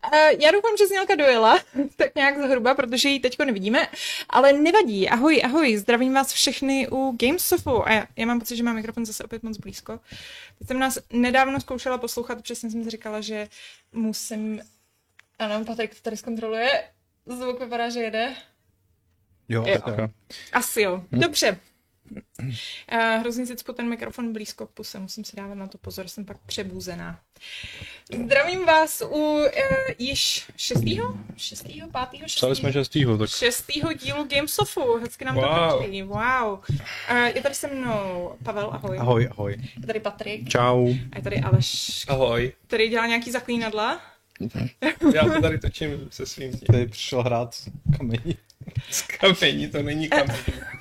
Já doufám, že znělka dojela, tak nějak zhruba, protože ji teďko nevidíme, ale nevadí. Ahoj, zdravím vás všechny u Gamesofu. A já mám pocit, že mám mikrofon zase opět moc blízko. Teď jsem nás nedávno zkoušela poslouchat, přesně jsem si říkala, že musím... Ano, Patrik to tady zkontroluje. Zvuk vypadá, že jede. Jo. Asi jo. Dobře. Hrozně si cpu ten mikrofon blízko k puse, musím si dávat na to pozor, jsem pak přebůzená. Zdravím vás u již pátého? Psali jsme šestýho, tak... Šestýho dílu Gamesofu, hezky nám to chodí, wow. Je tady se mnou Pavel, ahoj. Ahoj. Je tady Patrik. Čau. A je tady Aleš. Ahoj. Který dělá nějaký zaklínadla. Já to tady točím se svým tím. Tady přišel hrát kamení. Z kamení, to není kamení.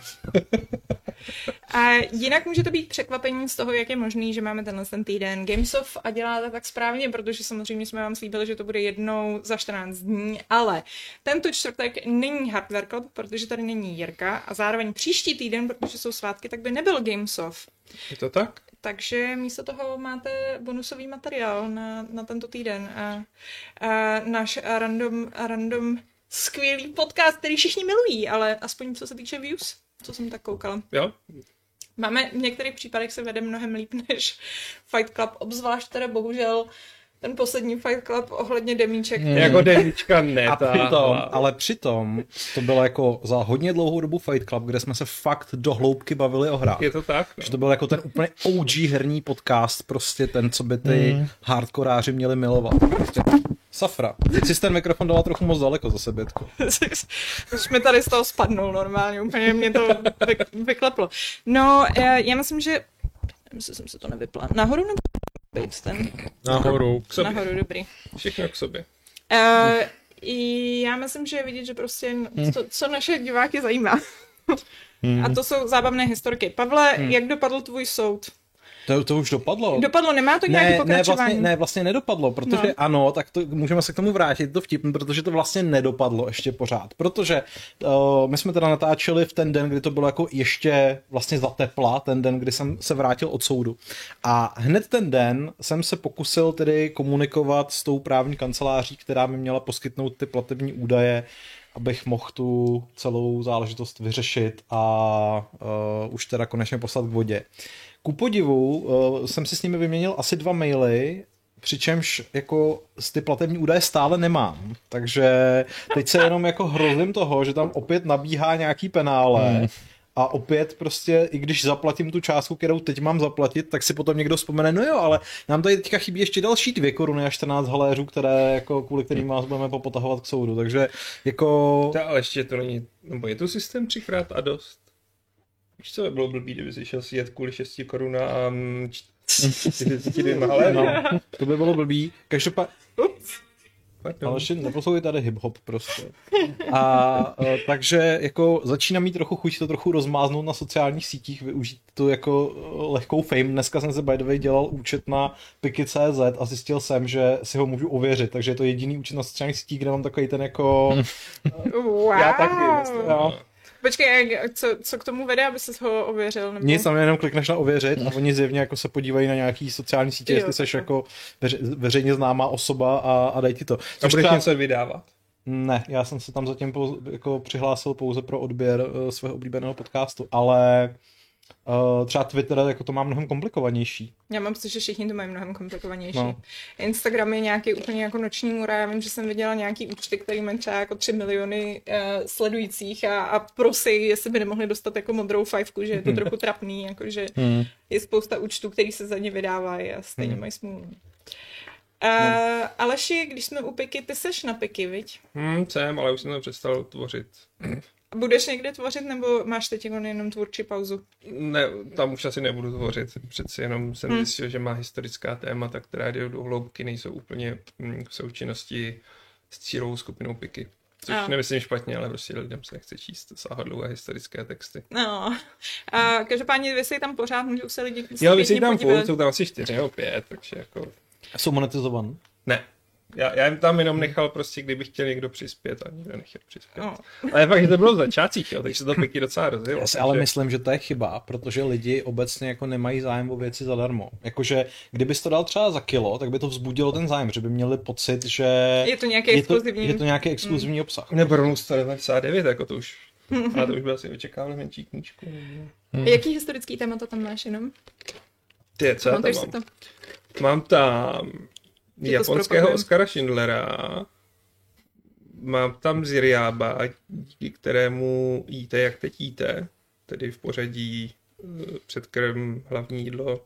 A jinak může to být překvapení z toho, jak je možný, že máme ten týden Gamesof a děláte tak správně, protože samozřejmě jsme vám slíbili, že to bude jednou za 14 dní, ale tento čtvrtek není Hardware Club, protože tady není Jirka a zároveň příští týden, protože jsou svátky, tak by nebyl Gamesof. Je to tak? Takže místo toho máte bonusový materiál na tento týden a náš random skvělý podcast, který všichni milují, ale aspoň co se týče views, co jsem tak koukala. Jo? Máme, v některých případech se vede mnohem líp než Fight Club, obzvlášť teda bohužel ten poslední Fight Club ohledně demíček. Jako demíčka netáhla. Ale přitom to bylo jako za hodně dlouhou dobu Fight Club, kde jsme se fakt do hloubky bavili o hrách. Je to tak? No. Že to byl jako ten úplně OG herní podcast, prostě ten, co by ty hardkoráři měli milovat. Prostě. Safra, teď jsi ten mikrofon dala trochu moc daleko za sebětko. Už mi tady z toho spadnul normálně, úplně mě to vykleplo. No, já myslím, že... Myslím, jsem se to nevypla. Nahoru nebo být ten? Nahoru. K sobě. Nahoru, dobrý. Všechno k sobě. Já myslím, že je vidět, že prostě co naše diváky zajímá. A to jsou zábavné historky. Pavle, jak dopadl tvůj soud? To už dopadlo. Dopadlo, nemá to nějaké pokračování? Vlastně nedopadlo, protože ano, tak to můžeme se k tomu vrátit, to vtipný, protože to vlastně nedopadlo ještě pořád, protože my jsme teda natáčeli v ten den, kdy to bylo jako ještě vlastně za tepla, ten den, kdy jsem se vrátil od soudu. A hned ten den jsem se pokusil tedy komunikovat s tou právní kanceláří, která mi měla poskytnout ty platební údaje, abych mohl tu celou záležitost vyřešit a už teda konečně poslat k vodě. Ku podivu jsem si s nimi vyměnil asi 2 maily, přičemž jako ty platební údaje stále nemám. Takže teď se jenom jako hrozím toho, že tam opět nabíhá nějaký penále a opět prostě, i když zaplatím tu částku, kterou teď mám zaplatit, tak si potom někdo vzpomene, no jo, ale nám tady teďka chybí ještě další 2 koruny a 14 haléřů, které jako kvůli kterým vás budeme popotahovat k soudu. Takže jako... Ale ještě to není, nebo je to systém 3x a dost. Víš co, bylo blbý, kdyby si šel si jet kvůli 6 korun a 42 haléřů. No, to by bylo blbý. Každopádně... Ale ještě neposlouchej tady hip-hop prostě. A takže jako začíná mít trochu chuť to trochu rozmáznout na sociálních sítích, využít to jako lehkou fame. Dneska jsem se by the way dělal účet na Piki.cz a zjistil jsem, že si ho můžu ověřit, takže je to jediný účet na sociálních sítích, kde mám takový ten jako... Wow. Já taky myslím. No. Počkej, co k tomu vede, aby ses ho ověřil? Nebo... Nic, tam jenom klikneš na ověřit a oni zjevně jako se podívají na nějaký sociální sítě, jestli seš jako veřejně známá osoba a dají ti to. A budeš něco vydávat? Ne, já jsem se tam zatím jako přihlásil pouze pro odběr svého oblíbeného podcastu, ale třeba Twitter jako to má mnohem komplikovanější. Já mám pocit, že všichni to mají mnohem komplikovanější. No. Instagram je nějaký úplně jako noční můra. Já vím, že jsem viděla nějaký účty, který mají třeba jako 3 miliony sledujících a prosí, jestli by nemohli dostat jako modrou fajfku, že je to trochu trapný, jakože je spousta účtů, který se za ně vydávají a stejně mají smůlu. Aleši, když jsme u Piky, ty seš na Piky, viď? Jsem, ale už jsem to přestal tvořit. Budeš někde tvořit, nebo máš teď jenom tvůrčí pauzu? Ne, tam už asi nebudu tvořit. Přeci jenom jsem zjistil, že má historická témata, která jdou do hloubky, nejsou úplně v součinnosti s cílovou skupinou Piky. Což nemyslím špatně, ale prostě lidem se nechce číst sáhodlouhé historické texty. No. Každopádně vy tam pořád, můžou se lidi jo, vy tam furt, jsou tam asi 4 nebo 5, takže jako... Jsou monetizovaný? Ne. Já jim tam jenom nechal prostě, kdyby chtěl někdo přispět a někdo nechtěl přispět. Ale fakt, že to bylo v začátcích, jo, takže se to pěkně docela rozjelo. Já si ale myslím, že to je chyba, protože lidi obecně jako nemají zájem o věci zadarmo. Jakože kdybys to dal třeba za kilo, tak by to vzbudilo ten zájem, že by měli pocit, že je to nějaký exkluzivní, je to nějaký exkluzivní obsah. Nebo rovnou 199, jako to už. Ale to už by asi očekávali menší knížku. Jaký historický témata tam máš jenom? Ty, co já tam mám? Mám tam japonského Oskara Schindlera, mám tam Ziriába, díky kterému jíte, jak teď jíte, tedy v pořadí předkrm, hlavní jídlo,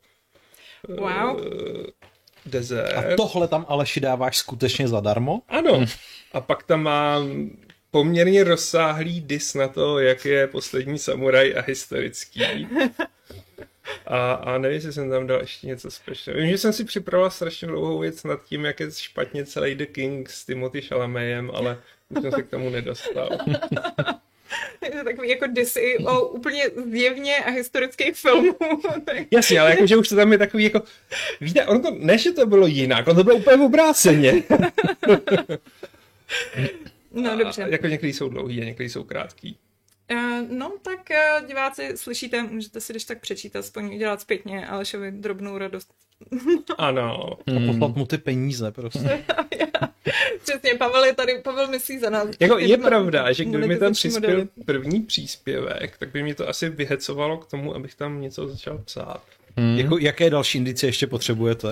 dezert. A tohle tam Aleši dáváš skutečně zadarmo? Ano. A pak tam mám poměrně rozsáhlý dis na to, jak je Poslední samuraj a historický. A nevím, jestli jsem tam dal ještě něco speciálního. Vím, že jsem si připravoval strašně dlouhou věc nad tím, jak je špatně celý The King s Timothy Chalametem, ale už jsem se k tomu nedostal. Je to takový jako disy o úplně zjevně a historických filmů. Jasně, ale jakože už to tam je takový jako... Víte, ono to, ne, že to bylo jinak, ono to bylo úplně obráceně. No, dobře. Jako některý jsou dlouhý a některý jsou krátký. No, tak diváci, slyšíte, můžete si když tak přečíst, aspoň udělat zpětně Alešovi drobnou radost. Ano. A poslat mu ty peníze prostě. Přesně, Pavel myslí za nás. Jako je pravda, že kdyby mi tam přispěl první příspěvek, tak by mě to asi vyhecovalo k tomu, abych tam něco začal psát. Jako, jaké další indicie ještě potřebujete?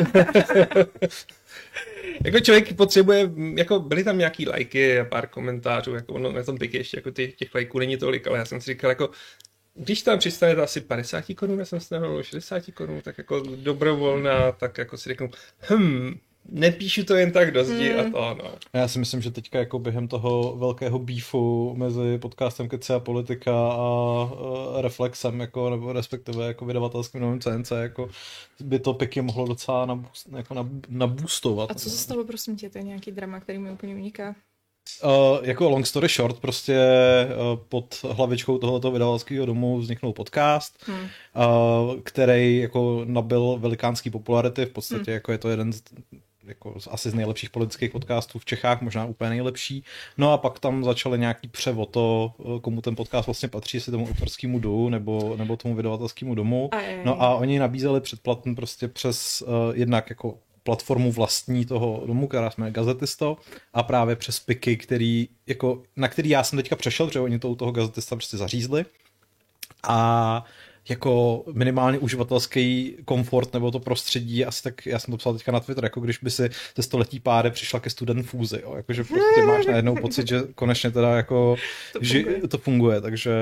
Jako člověk potřebuje, jako byly tam nějaký lajky a pár komentářů, jako ono na tom Piky ještě jako těch lajků není tolik, ale já jsem si říkal, jako když tam přistane to asi 50 korun, já jsem stanovil 60 korun, tak jako dobrovolná, tak jako si řeknu, nepíšu to jen tak do zdi a to, no. Já si myslím, že teďka jako během toho velkého beefu mezi podcastem Keci a politika a Reflexem, jako, nebo respektive jako vydavatelským novým CNC, jako by to Piky mohlo docela naboostovat. A co se stalo, prosím tě, to je nějaký drama, který mi úplně uniká? Jako long story short, prostě pod hlavičkou tohoto vydavatelského domu vzniknul podcast, který jako nabyl velikánský popularity, v podstatě jako je to jeden asi z nejlepších politických podcastů v Čechách, možná úplně nejlepší. No a pak tam začaly nějaký převod to, komu ten podcast vlastně patří, jestli tomu autorskému domu nebo tomu vydavatelskému domu. No a oni nabízeli předplatný prostě přes jednak jako platformu vlastní toho domu, která se jmenuje Gazetisto, a právě přes Piky, na který já jsem teďka přešel, protože oni to u toho Gazetista prostě zařízli. A jako minimálně uživatelský komfort nebo to prostředí, asi tak, já jsem to psal teďka na Twitter, jako když by si ze století páry přišla ke student fúzi, jo? Jakože prostě máš najednou pocit, že konečně teda jako to funguje, takže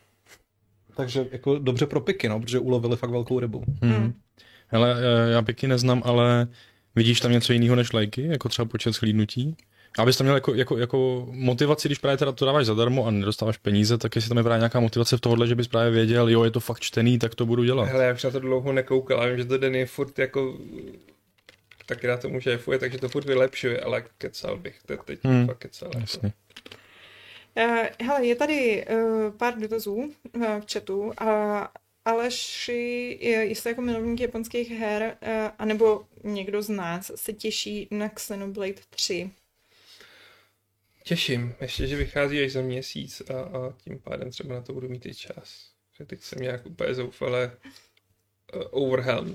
jako dobře pro Piky, no, protože ulovili fakt velkou rybu. Hele, já Piky neznám, ale vidíš tam něco jiného než lajky, jako třeba počet shlídnutí? Abys tam měl jako motivaci, když právě teda to dáváš zadarmo a nedostáváš peníze, tak jestli tam je právě nějaká motivace v tohohle, že bys právě věděl, jo, je to fakt čtený, tak to budu dělat. Hele, já už na to dlouho nekoukal, vím, že to den je furt jako taky na tomu šéfuje, takže to furt vylepšuje, ale kecal bych, teď fakt kecal. Jasně. Hele, je tady pár dotazů v chatu a Aleši, jestli jako milovník japonských her, anebo někdo z nás se těší na Xenoblade 3. Těším, ještě, že vychází až za měsíc a tím pádem třeba na to budu mít i čas. Že teď jsem nějak úplně zoufale overwhelmed.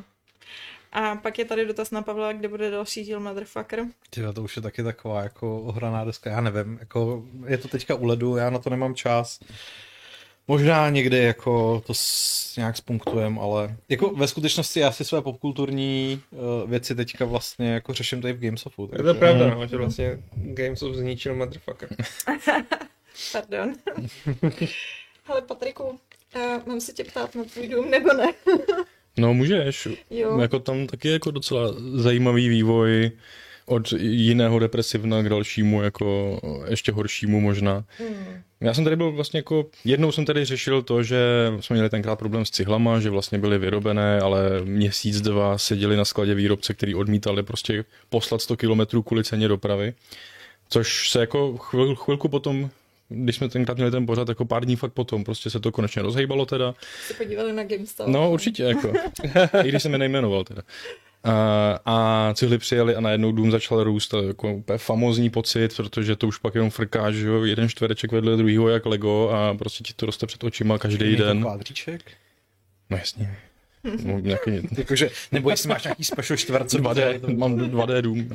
A pak je tady dotaz na Pavla, kde bude další díl Motherfucker. Tyjo, to už je taky taková jako ohraná deska, já nevím, jako je to teďka u ledu, já na to nemám čas. Možná někdy jako to nějak spunktujem, ale jako ve skutečnosti já si své popkulturní věci teďka vlastně jako řeším tady v Gamesofu. Takže... Je to pravda, no, že vlastně Gamesoft zničil Motherfucker. Pardon. Hele, Patriku, mám se tě ptát na tvůj dům, nebo ne? No můžeš. Jo. Jako tam taky je jako docela zajímavý vývoj od jiného depresivna k dalšímu, jako ještě horšímu možná. Já jsem tady byl vlastně jako, jednou jsem tady řešil to, že jsme měli tenkrát problém s cihlama, že vlastně byly vyrobené, ale měsíc, dva seděli na skladě výrobce, který odmítali prostě poslat 100 kilometrů kvůli ceně dopravy, což se jako chvilku potom, když jsme tenkrát měli ten pořad, jako pár dní fakt potom, prostě se to konečně rozhejbalo teda. Se podívali na GameStop. No určitě, jako. I když jsem je nejmenoval teda. A cihly přijeli a najednou dům začal růst, jako úplně famózní pocit, protože to už pak jenom frkáš, že jo, jeden čtvereček vedle druhýho jak Lego a prostě ti to roste před očima každý den. Kvádříček? No jasně. No, jakože, nebo jestli máš nějaký special čtverce. 2D, mám 2D dům.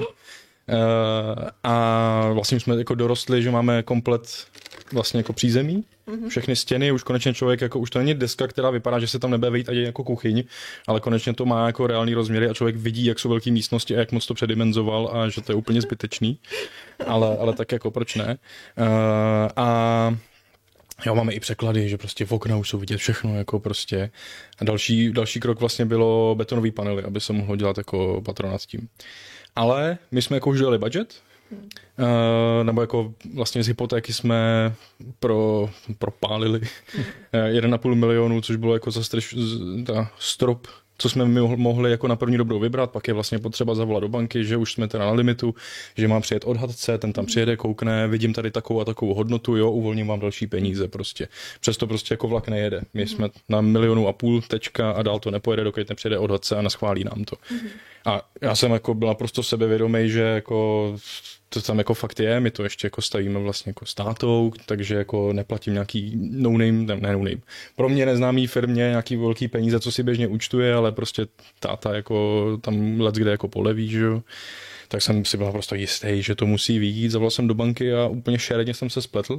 A vlastně jsme jako dorostli, že máme komplet vlastně jako přízemí, všechny stěny, už konečně člověk, jako už to není deska, která vypadá, že se tam nebude vejít ani jako kuchyň, ale konečně to má jako reální rozměry a člověk vidí, jak jsou velké místnosti a jak moc to předimenzoval a že to je úplně zbytečný, ale tak jako proč ne. A jo, máme i překlady, že prostě v okna už jsou vidět všechno, jako prostě. A další krok vlastně bylo betonový panely, aby se mohlo dělat jako patronát s tím. Ale my jsme jako už dali budget, nebo jako vlastně z hypotéky jsme propálili 1,5 milionu, což bylo jako strop, co jsme mohli jako na první dobrou vybrat, pak je vlastně potřeba zavolat do banky, že už jsme teda na limitu, že má přijet odhadce, ten tam přijede, koukne, vidím tady takovou a takovou hodnotu, jo, uvolním vám další peníze prostě. Přesto prostě jako vlak nejede. My jsme na 1,5 milionu tečka a dál to nepojede, dokud nepřijede odhadce a neschválí nám to. A já jsem jako byl naprosto sebevědomý, že jako to tam jako fakt je, my to ještě jako stavíme vlastně jako s tátou, takže jako neplatím nějaký no-name. Pro mě neznámý firmě nějaký velký peníze, co si běžně účtuje, ale prostě táta jako tam let kde jako poleví, že jo. Tak jsem si byl prostě jistý, že to musí vyjít, zavolal jsem do banky a úplně šeredně jsem se spletl.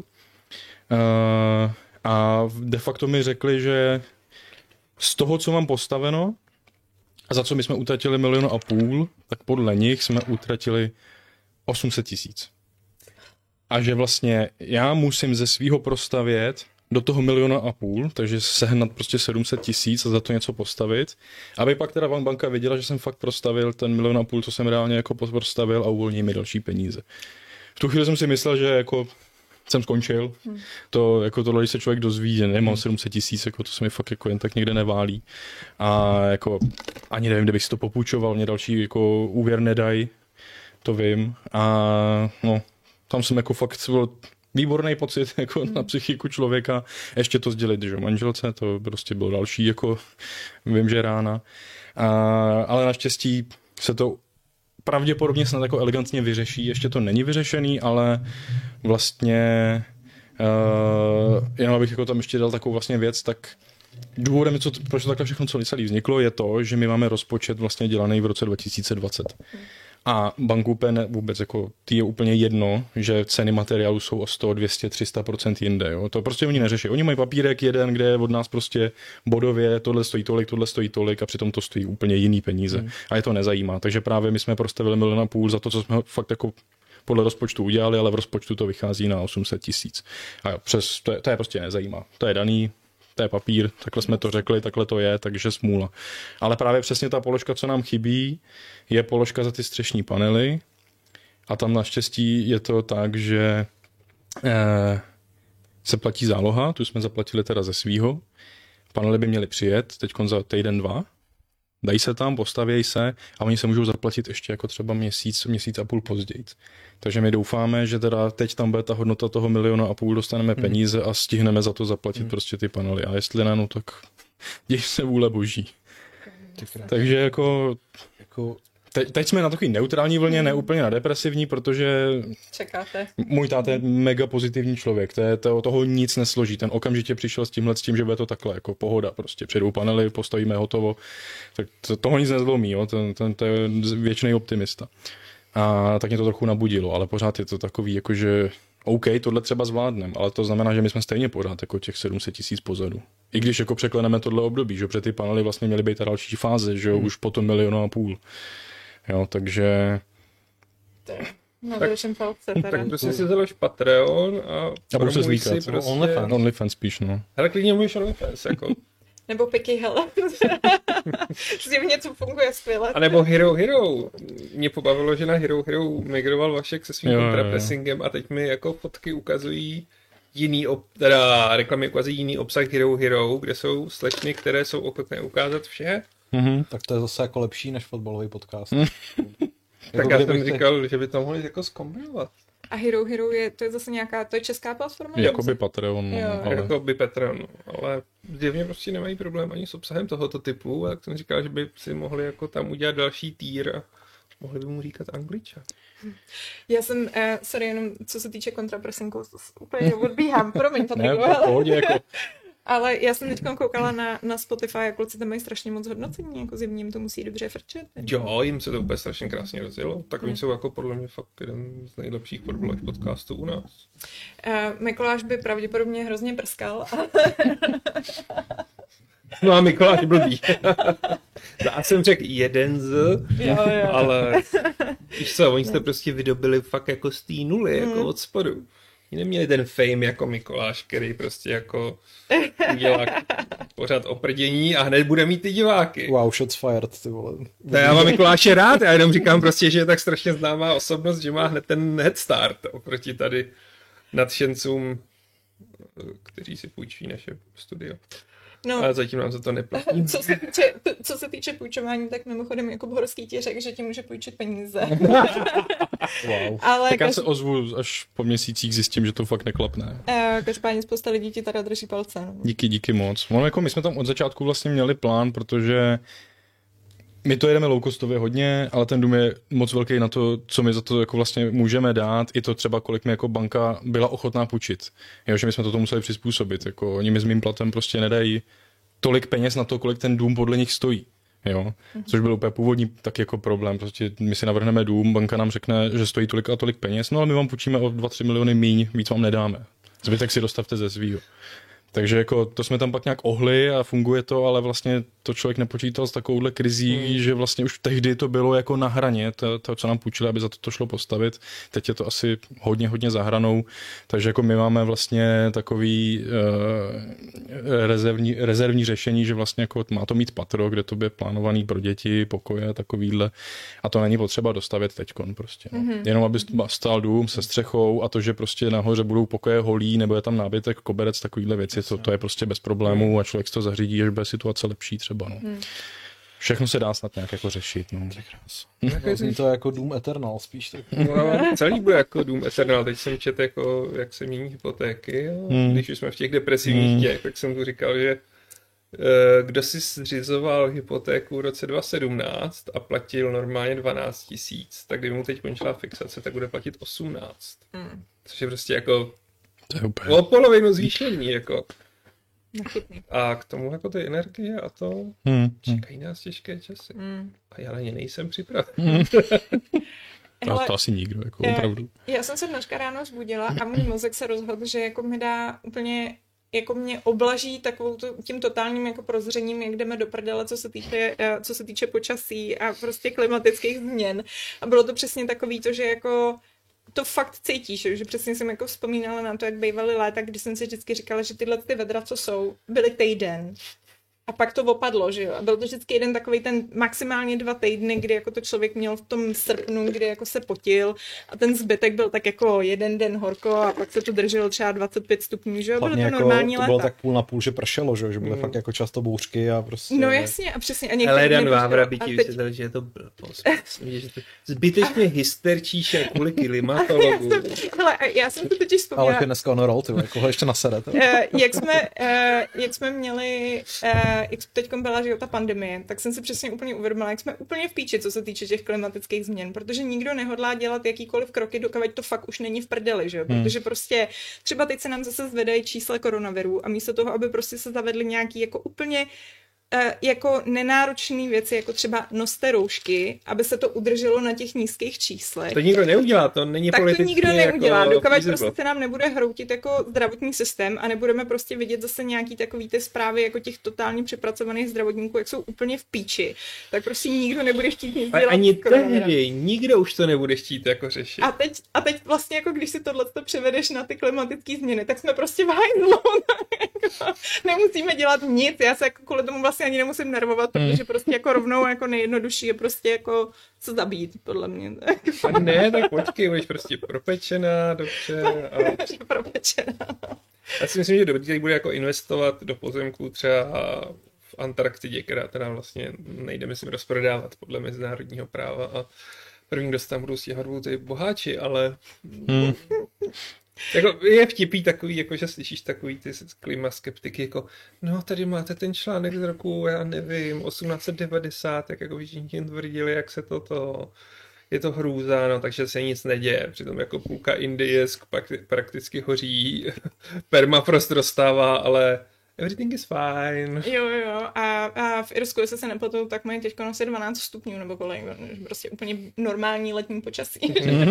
A de facto mi řekli, že z toho, co mám postaveno, a za co my jsme utratili 1,5 milionu, tak podle nich jsme utratili 800 000. A že vlastně já musím ze svýho prostavět do toho 1,5 milionu, takže sehnat prostě 700 000 a za to něco postavit, aby pak teda banka věděla, že jsem fakt prostavil ten 1,5 milionu, co jsem reálně jako prostavil a uvolní mi další peníze. V tu chvíli jsem si myslel, že jako jsem skončil. To, jako tohle, když se člověk dozví, že nemám 700 000, jako to se mi fakt jako jen tak někde neválí. A jako ani nevím, kde bych si to popůjčoval, mě další jako úvěr nedají, to vím. A no, tam jsem jako fakt byl výborný pocit jako na psychiku člověka. Ještě to sdělit, že manželce, to prostě bylo další, jako vím, že rána. Ale naštěstí se to pravděpodobně snad jako elegantně vyřeší. Ještě to není vyřešený, ale vlastně jenom abych jako tam ještě dal takovou vlastně věc, tak důvodem, proč to takhle všechno celý vzniklo, je to, že my máme rozpočet vlastně dělaný v roce 2020. A banku PN vůbec jako ty je úplně jedno, že ceny materiálu jsou o 100, 200, 300% jinde. Jo? To prostě oni neřeší. Oni mají papírek jeden, kde je od nás prostě bodově tohle stojí tolik a přitom to stojí úplně jiný peníze. A je to nezajímá. Takže právě my jsme prostavili 1,5 milionu za to, co jsme fakt jako podle rozpočtu udělali, ale v rozpočtu to vychází na 800 000. A jo, to je prostě nezajímá. To je daný, to je papír, takhle jsme to řekli, takhle to je, takže smůla. Ale právě přesně ta položka, co nám chybí, je položka za ty střešní panely a tam naštěstí je to tak, že se platí záloha, tu jsme zaplatili teda ze svýho. Panely by měly přijet teďkon za týden, 2. Dají se tam, postavějí se a oni se můžou zaplatit ještě jako třeba měsíc a půl později. Takže my doufáme, že teda teď tam bude ta hodnota toho 1,5 milionu, dostaneme peníze a stihneme za to zaplatit prostě ty panely. A jestli ne, no tak děj se vůle boží. Takže jako teď jsme na takový neutrální vlně, ne úplně na depresivní, protože čekáte. Můj táta je mega pozitivní člověk, toho nic nesloží. Ten okamžitě přišel s tím, že bude to takhle, jako pohoda, prostě přijdou panely, postavíme hotovo, tak toho nic nezlomí, jo? To je věčný optimista. A tak mě to trochu nabudilo, ale pořád je to takový, jakože OK, tohle třeba zvládnem, ale to znamená, že my jsme stejně pořád jako těch 700 000 pozadu. I když jako překleneme tohle období, že před ty panely vlastně měly být ta další fáze, že jo, už po tom 1,5 milionu. Jo, takže... No, tak prostě si založ Patreon a promuj si prostě... OnlyFans spíš, no. Hele, klidně můžeš OnlyFans, jako. Nebo Picky Hell. Zjevně to funguje skvěle. A nebo Hero. Mě pobavilo, že na Hero migroval Vašek se svým kontrapressingem a teď mi jako fotky ukazují reklamy ukazují jiný obsah Hero, kde jsou slečny, které jsou ochotné ukázat vše. Tak to je zase jako lepší než fotbalový podcast. Tak já jsem říkal, že by to mohli jako zkombinovat. A Hero to je zase nějaká, to je česká platforma? Jakoby Patreon. Ale... Jakoby Patreon, ale zjevně prostě nemají problém ani s obsahem tohoto typu, a jak jsem říkal, že by si mohli jako tam udělat další tier a mohli by mu říkat Angličan. Já jsem, sorry, jenom co se týče kontrapresinku, úplně odbíhám, promiň, Patriku, ale já jsem teď koukala na Spotify a kluci tam mají strašně moc hodnocení, jako zjevně jim to musí dobře frčet. Jo, jim se to úplně strašně krásně rozjelo, tak oni jsou jako podle mě fakt jeden z nejlepších podcastů u nás. Mikuláš by pravděpodobně hrozně prskal. No a Mikuláš blbý. Já jsem řekl jeden jo. Ale víš co, oni jste prostě vydobili fakt jako z té nuly, jako od spodu. Oni neměli ten fame jako Mikuláš, který prostě jako udělá pořád oprdění a hned bude mít ty diváky. Wow, shots fired, ty vole. To já mám Mikuláše rád, já jenom říkám prostě, že je tak strašně známá osobnost, že má hned ten head start oproti tady nadšencům, kteří si půjčí naše studio. No, ale zatím nám za to neplatí. Co se týče půjčování, tak mimochodem Jakub Horský ti řekl, že ti může půjčit peníze. Wow. Ale tak já se ozvu, až po měsících zjistím, že to fakt neklapne. Každopádně spousta lidí ti teda drží palce. No. Díky moc. Jako my jsme tam od začátku vlastně měli plán, protože my to jedeme low-costově hodně, ale ten dům je moc velký na to, co my za to jako vlastně můžeme dát, i to třeba, kolik mi jako banka byla ochotná půjčit. Jo, že my jsme to museli přizpůsobit. Jako, oni mi s mým platem prostě nedají tolik peněz na to, kolik ten dům podle nich stojí. Jo? Což byl úplně původní tak jako problém. Prostě my si navrhneme dům, banka nám řekne, že stojí tolik a tolik peněz, no ale my vám půjčíme o 2-3 miliony míň, víc vám nedáme. Zbytek si dostavte ze svýho. Takže jako to jsme tam pak nějak ohli a funguje to, ale vlastně to člověk nepočítal s takovouhle krizí, že vlastně už tehdy to bylo jako na hraně, to co nám půjčili, aby za to šlo postavit. Teď je to asi hodně za hranou, takže jako my máme vlastně takový rezervní řešení, že vlastně jako má to mít patro, kde to bude plánovaný pro děti, pokoje, takovýhle, a to není potřeba dostavět teďkon prostě. No. Jenom aby stál dům se střechou a to, že prostě nahoře budou pokoje holí, nebo je tam nábytek, koberec, takovýhle věci, to je prostě bez problémů a člověk si to zařídí, až bude situace lepší třeba. No. Všechno se dá snad nějak jako řešit. No. Zní to jako Doom Eternal spíš. Tak. No, celý bude jako Doom Eternal. Teď jsem četl, jako, jak se mění hypotéky. Když už jsme v těch depresivních těch, tak jsem tu říkal, že kdo si zřizoval hypotéku v roce 2017 a platil normálně 12 000, tak kdyby mu teď končila fixace, tak bude platit 18. Což je prostě jako o polovinu zvýšení, jako. A k tomu jako ty energie a to čekají nás těžké časy. A já na ně nejsem připraven. To asi nikdo, jako opravdu. Já jsem se dneska ráno zbudila a můj mozek se rozhodl, že jako mi dá úplně, jako mě oblaží takovou tím totálním jako prozřením, jak jdeme do prdele, co se týče počasí a prostě klimatických změn. A bylo to přesně takový to, že jako to fakt cítíš, že přesně jsem jako vzpomínala na to, jak bývaly léta, kdy jsem si vždycky říkala, že tyhle ty vedra, co jsou, byly týden. A pak to opadlo, že jo. A byl to vždycky jeden takový ten maximálně 2 týdny, kdy jako to člověk měl v tom srpnu, kdy jako se potil a ten zbytek byl tak jako jeden den horko a pak se to drželo třeba 25 stupňů, že jo. Bylo to jako, normální léta. To bylo tak půl na půl, že pršelo, že byly fakt jako často bouřky a prostě. No jasně a přesně. A ale Dan Vávra by ti vysvětlil, že je to blbost. Že to zbytečně hysterčíše kvůli klimatologu. Hele, já jsem to totiž vzpomněla. Ale dneska on roll, ty, jako ho ještě nasedete. Jak jsme měli jak teďkom byla, že jo, ta pandemie, tak jsem si přesně úplně uvědomila, jak jsme úplně v píči, co se týče těch klimatických změn, protože nikdo nehodlá dělat jakýkoliv kroky, dokud to fakt už není v prdeli, že jo, protože prostě třeba teď se nám zase zvedají čísla koronaviru a místo toho, aby prostě se zavedly nějaký jako úplně jako nenáročné věci, jako třeba noste roušky, aby se to udrželo na těch nízkých číslech. To nikdo neudělá, to není politicky. Tak to nikdo neudělá, jako dokud prostě se nám nebude hroutit jako zdravotní systém a nebudeme prostě vidět zase nějaký takový ty zprávy jako těch totálně přepracovaných zdravotníků, jak jsou úplně v píči. Tak prostě nikdo nebude chtít nic dělat. Ani tehdy, nikdo už to nebude chtít jako řešit. A teď vlastně jako když si tohleto převedeš na ty klimatické změny, tak jsme prostě v hajzlu. Nemusíme dělat nic, já se jako kvůli tomu vlastně ani nemusím nervovat, protože prostě jako rovnou jako nejjednodušší je prostě jako se zabít, podle mě. A ne, tak počkej, budeš prostě propečená, dobře. Propečená. Já si myslím, že dobrý bude jako investovat do pozemků třeba v Antarktidě, která teda vlastně nejde, myslím, rozprodávat podle mezinárodního práva a první, kdo se tam budou stíhat, budou ty boháči, ale jako je vtipný takový, jako že slyšíš takový ty klima skeptiky, jako no tady máte ten článek z roku, já nevím, 1890, jak jako všichni tvrdili, jak se to je to hrůza, no, takže se nic neděje. Přitom jako půlka Indie prakticky hoří, permafrost rozstává, ale everything is fine. Jo. A v Irsku, jestli se nepletu, tak mají teď asi 12 stupňů nebo kolik. Prostě úplně normální letní počasí.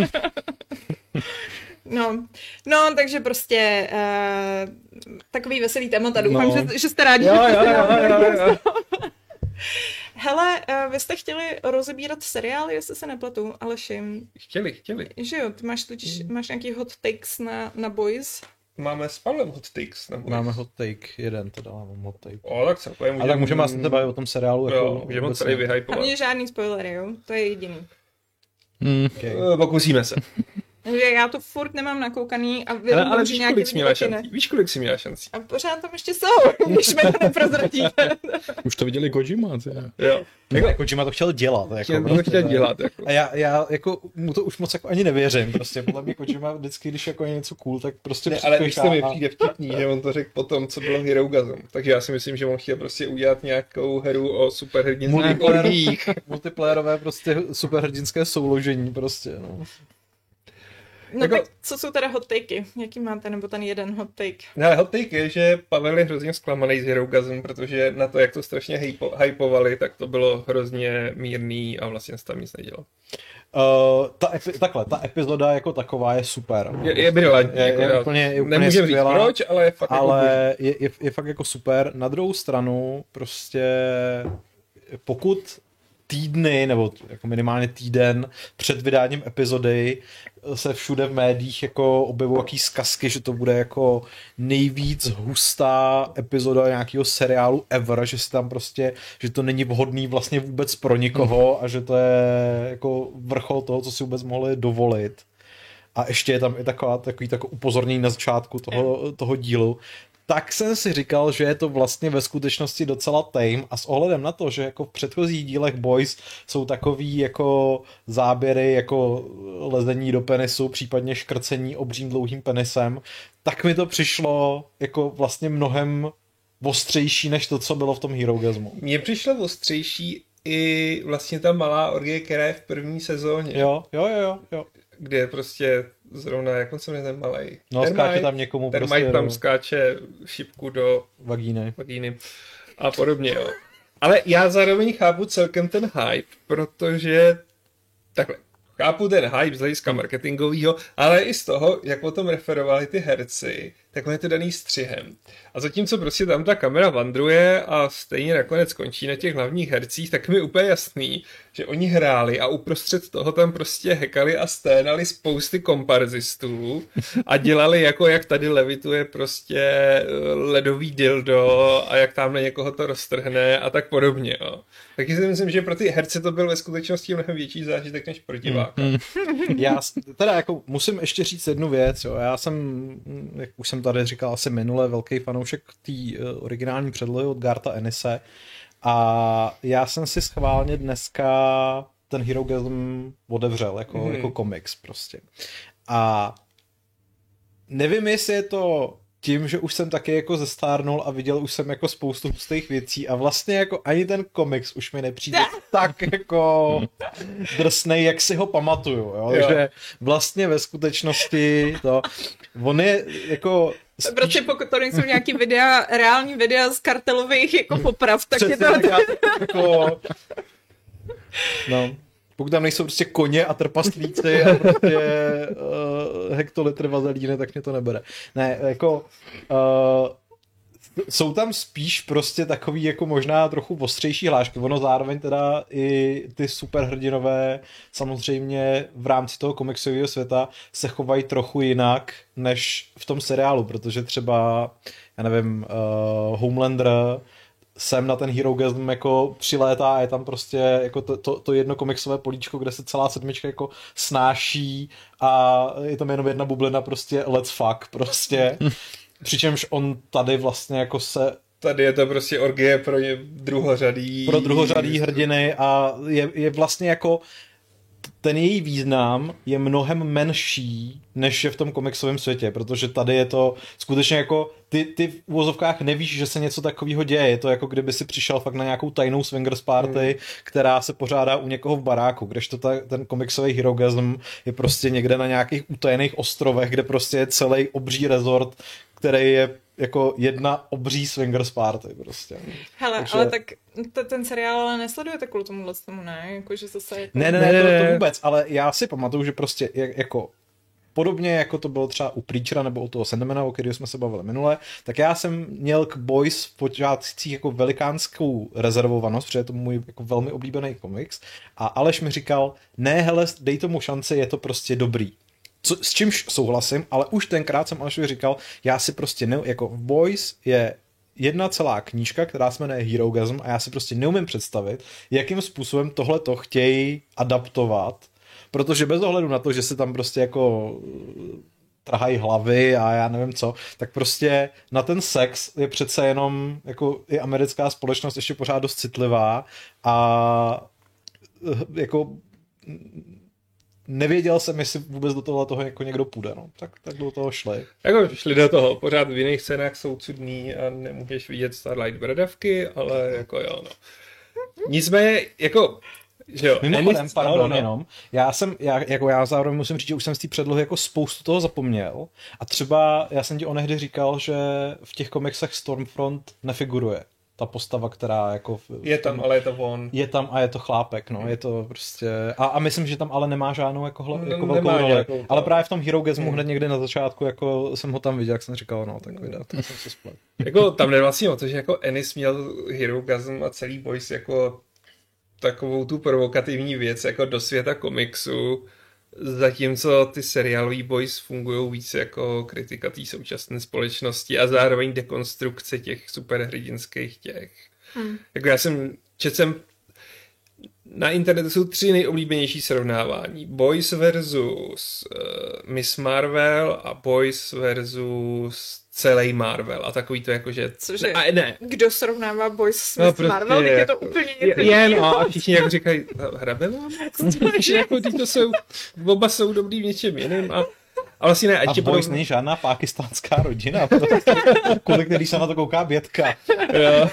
No, takže prostě takový veselý témata. Doufám, že jste rádi. Jo. Hele, vy jste chtěli rozebírat seriály, jestli se nepletu, Aleši. Chtěli. Že jo, ty máš nějaký hot takes na Boys? Máme s Pavlem hot takes na Boys. Máme hot take, jeden teda mám hot take. Tak celkově můžeme... Ale tak můžeme vlastně bavit o tom seriálu. Jo, můžeme ho tady vyhypovat. A mě žádný spoilery, jo? To je jediný. Okay. Pokusíme se. Já to furt nemám nakoukaný a ale víš, kolik jsi měla šancí. A pořád tam ještě jsou, když mi to neprozradíte. Už to viděli Kojima, Jo. Kojima to chtěl dělat. Jako. A já jako mu to už moc jako ani nevěřím. Prostě podle mě Kojima vždycky, když jako je něco cool, tak prostě ne, ale když se mi přijde vtipný, že on to řekl potom, co bylo Herogasm. Takže já si myslím, že on chtěl prostě udělat nějakou hru o superhrdinských orgích. Multiplayerové prostě superhrdinské souložení prostě, no. No jako... tak co jsou teda hot takey? Jaký máte, nebo ten jeden hot take? No, hot take je, že Pavel je hrozně zklamaný z Herogasm, protože na to, jak to strašně hypovali, tak to bylo hrozně mírný a vlastně se tam nic nedělo. Ta epizoda jako taková je super. Je brilantní. Je úplně nemůžeme říct proč, ale je fakt ale jako je fakt jako super. Na druhou stranu prostě pokud týdny, nebo jako minimálně týden před vydáním epizody se všude v médiích jako objevují jaký zkazky, že to bude jako nejvíc hustá epizoda nějakého seriálu ever, že si tam prostě, že to není vhodný vlastně vůbec pro nikoho a že to je jako vrchol toho, co si vůbec mohli dovolit. A ještě je tam i takový upozornění na začátku toho dílu. Tak jsem si říkal, že je to vlastně ve skutečnosti docela tame a s ohledem na to, že jako v předchozích dílech Boys jsou takový jako záběry jako lezení do penisu, případně škrcení obřím dlouhým penisem, tak mi to přišlo jako vlastně mnohem ostřejší než to, co bylo v tom Herogasmu. Mně přišlo ostřejší i vlastně ta malá orgie, která je v první sezóně. Jo. Kde prostě zrovna, jak on se jmenuje ten malej? No, skáče tam někomu Termite prostě, tam skáče šipku do vagíny a podobně, jo. Ale já zároveň chápu celkem ten hype, protože takhle, chápu ten hype z hlediska marketingového, ale i z toho, jak o tom referovali ty herci, tak on je to daný střihem. A zatímco prostě tam ta kamera vandruje a stejně nakonec končí na těch hlavních hercích, tak mi úplně jasný, že oni hráli a uprostřed toho tam prostě hekali a sténali spousty komparzistů a dělali jako jak tady levituje prostě ledový dildo a jak tam na někoho to roztrhne a tak podobně. Jo. Taky si myslím, že pro ty herce to byl ve skutečnosti mnohem větší zážitek než pro diváka. Já teda jako musím ještě říct jednu věc. Jo. Já jsem, jak už jsem tady říkal asi minule, velký fanoušek té originální předlohy od Garta Ennise a já jsem si schválně dneska ten Herogasm otevřel jako komiks prostě. A nevím, jestli je to tím, že už jsem taky jako zestárnul a viděl už jsem jako spoustu hustých věcí a vlastně jako ani ten komiks už mi nepřijde tak jako drsnej, jak si ho pamatuju, jo? Že vlastně ve skutečnosti to, on je jako spíš... Protože pokud to nejsou nějaký reální videa z kartelových jako poprav, tak je to... jako... No. Pokud tam nejsou prostě koně a trpastlíci a prostě hektolitry vazelíny, tak mě to nebere. Ne, jako jsou tam spíš prostě takový jako možná trochu ostřejší hlášky. Ono zároveň teda i ty superhrdinové samozřejmě v rámci toho komiksového světa se chovají trochu jinak než v tom seriálu, protože třeba, já nevím, Homelander sem na ten Herogasm jako přilétá a je tam prostě jako to jedno komiksové políčko, kde se celá sedmička jako snáší a je tam jenom jedna bublina prostě let's fuck prostě. Přičemž on tady vlastně jako se... Tady je to prostě orgie pro druhořadý... Pro druhořadý hrdiny a je vlastně jako ten její význam je mnohem menší, než je v tom komiksovém světě, protože tady je to skutečně jako, ty v uvozovkách nevíš, že se něco takového děje, je to jako kdyby si přišel fakt na nějakou tajnou swingers party, která se pořádá u někoho v baráku, kdežto ten komiksový Herogasm je prostě někde na nějakých utajených ostrovech, kde prostě je celý obří rezort, který je jako jedna obří swingers party prostě. Hele, takže... ale tak ten seriál ale nesledujete kvůli tomuhle tomu, ne? Jako, že zase jako... Ne, to vůbec, ale já si pamatuju, že prostě jako podobně jako to bylo třeba u Preachera nebo u toho Sandmana, o kterého jsme se bavili minule, tak já jsem měl k Boys v počátcích jako velikánskou rezervovanost, protože je to můj jako velmi oblíbený komiks a Aleš mi říkal, ne hele, dej tomu šanci, je to prostě dobrý. S čímž souhlasím, ale už tenkrát jsem Alešovi říkal, já si prostě jako v Boys je jedna celá knížka, která se jmenuje Herogasm a já si prostě neumím představit, jakým způsobem tohleto chtějí adaptovat, protože bez ohledu na to, že se tam prostě jako trhají hlavy a já nevím co, tak prostě na ten sex je přece jenom jako i americká společnost ještě pořád dost citlivá a jako nevěděl jsem, jestli vůbec do toho jako někdo půjde, no. Tak do toho šli. Jako šli do toho, pořád v jiných scénách jsou cudný a nemůžeš vidět Starlight bradavky, ale jako jo, no. Nicméně, jako, že jo. Mimochodem, jenom, já zároveň musím říct, že už jsem z té předlohy jako spoustu toho zapomněl a třeba já jsem ti onehdy říkal, že v těch komiksech Stormfront nefiguruje ta postava, která jako... Je tam, ale je to on. Je tam a je to chlápek, no, je to prostě... A myslím, že tam ale nemá žádnou jako velkou roli. Nějakou, ale právě v tom Herogasmu hned někdy na začátku jako jsem ho tam viděl, jak jsem říkal, no, tak vydá, tak jsem se splet. Jako tam jde vlastně o to, že jako Ennis měl Herogasm a celý Boys jako takovou tu provokativní věc jako do světa komiksu, zatímco ty seriálový Boys fungují víc jako kritika té současné společnosti a zároveň dekonstrukce těch superhrdinských těch. Jako já jsem na internetu jsou 3 nejoblíbenější srovnávání. Boys versus Miss Marvel a Boys versus celý Marvel a takový to jako, že... Cože? Ne. Kdo srovnává Boys s Miss prostě Marvel, tak je to úplně něco jiného. A všichni jako říkají, hrabe vám? Jako, to jsou, oba jsou dobrý v něčem jiným a vlastně ne. A Boys není žádná pákistánská rodina, kvůli který se na to kouká Bětka. Jo.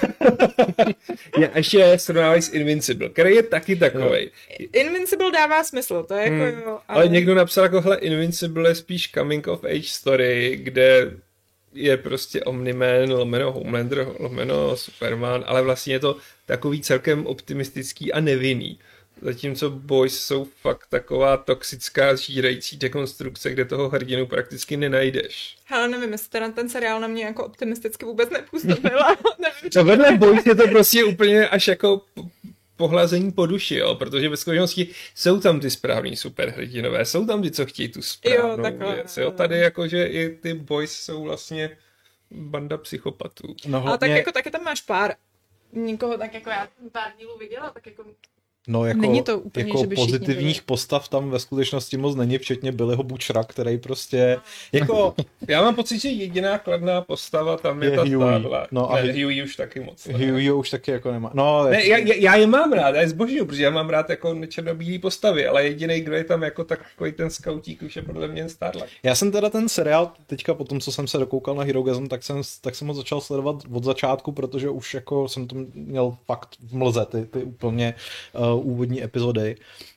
A ještě srovnávají s Invincible, který je taky takovej. Invincible dává smysl, to je jako jo. Ale někdo napsal jako, hele, Invincible je spíš coming of age story, kde je prostě Omni-Man, lomeno Homelander, lomeno Superman, ale vlastně je to takový celkem optimistický a nevinný. Zatímco Boys jsou fakt taková toxická, žírající dekonstrukce, kde toho hrdinu prakticky nenajdeš. Ale nevím, jestli ten seriál na mě jako optimisticky vůbec nepůsobila. To vedle Boys je to prostě úplně až jako pohlazení po duši, jo, protože ve skutečnosti jsou tam ty správný superhrdinové, jsou tam ty, co chtějí tu správnou věc, jo, tady jakože i ty Boys jsou vlastně banda psychopatů. No, ale tak jako taky tam máš pár někoho, tak jako já pár dílů viděla, tak jako... No jako, není to úplně, jako že by pozitivních postav tam ve skutečnosti moc není, včetně Billyho Butchera, který prostě jako... Já mám pocit, že jediná kladná postava tam je ta Starla. No, ne, Huey už taky moc. Huey už taky jako nemá. No, ne, já je mám rád, já je zbožňuju, protože já mám rád jako černobílý postavy, ale jediný, kdo je tam jako takový ten skautík, už je podle mě Starla. Já jsem teda ten seriál teďka po tom, co jsem se dokoukal na Herogasm, tak jsem ho začal sledovat od začátku, protože už jako jsem to měl fakt v mlze, ty úplně úvodní epizody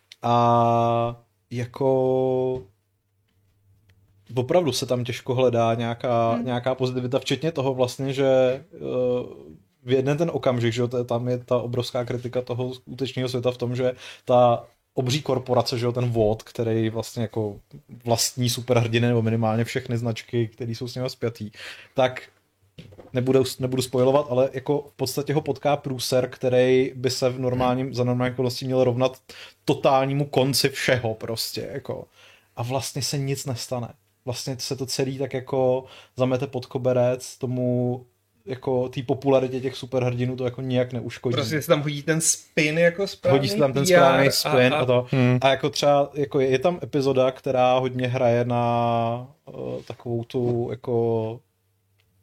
a jako opravdu se tam těžko hledá nějaká pozitivita, včetně toho vlastně, že v jeden ten okamžik, že tam je ta obrovská kritika toho skutečného světa v tom, že ta obří korporace, že ten Vought, který vlastně jako vlastní superhrdiny nebo minimálně všechny značky, které jsou s něho spjatý, tak nebudu spoilovat, ale jako v podstatě ho potká průser, který by se za normální okolností měl rovnat totálnímu konci všeho prostě, jako. A vlastně se nic nestane. Vlastně se to celý tak jako zamete pod koberec tomu jako té popularitě těch superhrdinů to jako nijak neuškodí. Prostě se tam hodí ten spin jako správný hodí se tam ten správný spin a to. A jako třeba jako je tam epizoda, která hodně hraje na takovou tu jako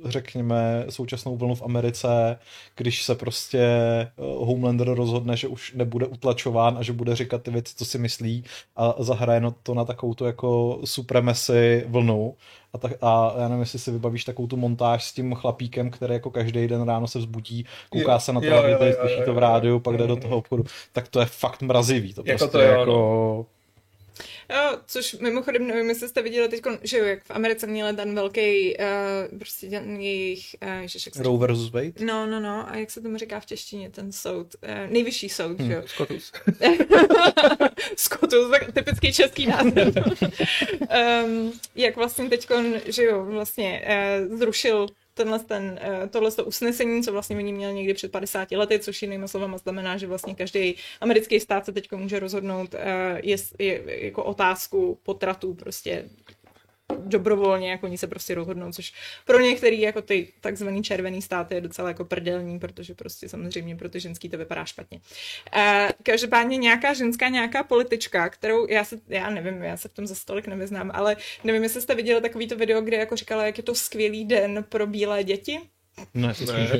řekněme, současnou vlnu v Americe, když se prostě Homelander rozhodne, že už nebude utlačován a že bude říkat ty věci, co si myslí a zahraje to na takovou tu jako supremacy vlnu. A já nevím, jestli si vybavíš takovou tu montáž s tím chlapíkem, který jako každý den ráno se vzbudí, kouká se na to, slyší to v rádiu, pak jde do toho obchodu. Tak to je fakt mrazivý. To jako prostě to jako... Jo, což mimochodem, nevím, jestli jste viděli teď, že jo, jak v Americe měli ten velký, prostě jejich... Roe versus Wade? No, a jak se tomu říká v češtině, ten soud, nejvyšší soud, že jo? Scotus. Scotus, typický český název. Jak vlastně teď, že jo, vlastně zrušil tohleto usnesení, co vlastně oni měli někdy před 50 lety, což jinými slovama znamená, že vlastně každý americký stát se teď může rozhodnout je jako otázku potratů prostě dobrovolně, jako oni se prostě rozhodnou, což pro některý jako ty takzvaný červený státy je docela jako prdelní, protože prostě samozřejmě pro ty ženský to vypadá špatně. Každopádně nějaká politička, kterou já nevím, já se v tom za stolik nevyznám, ale nevím, jestli jste viděli takovýto video, kde jako říkala, jak je to skvělý den pro bílé děti. Ne.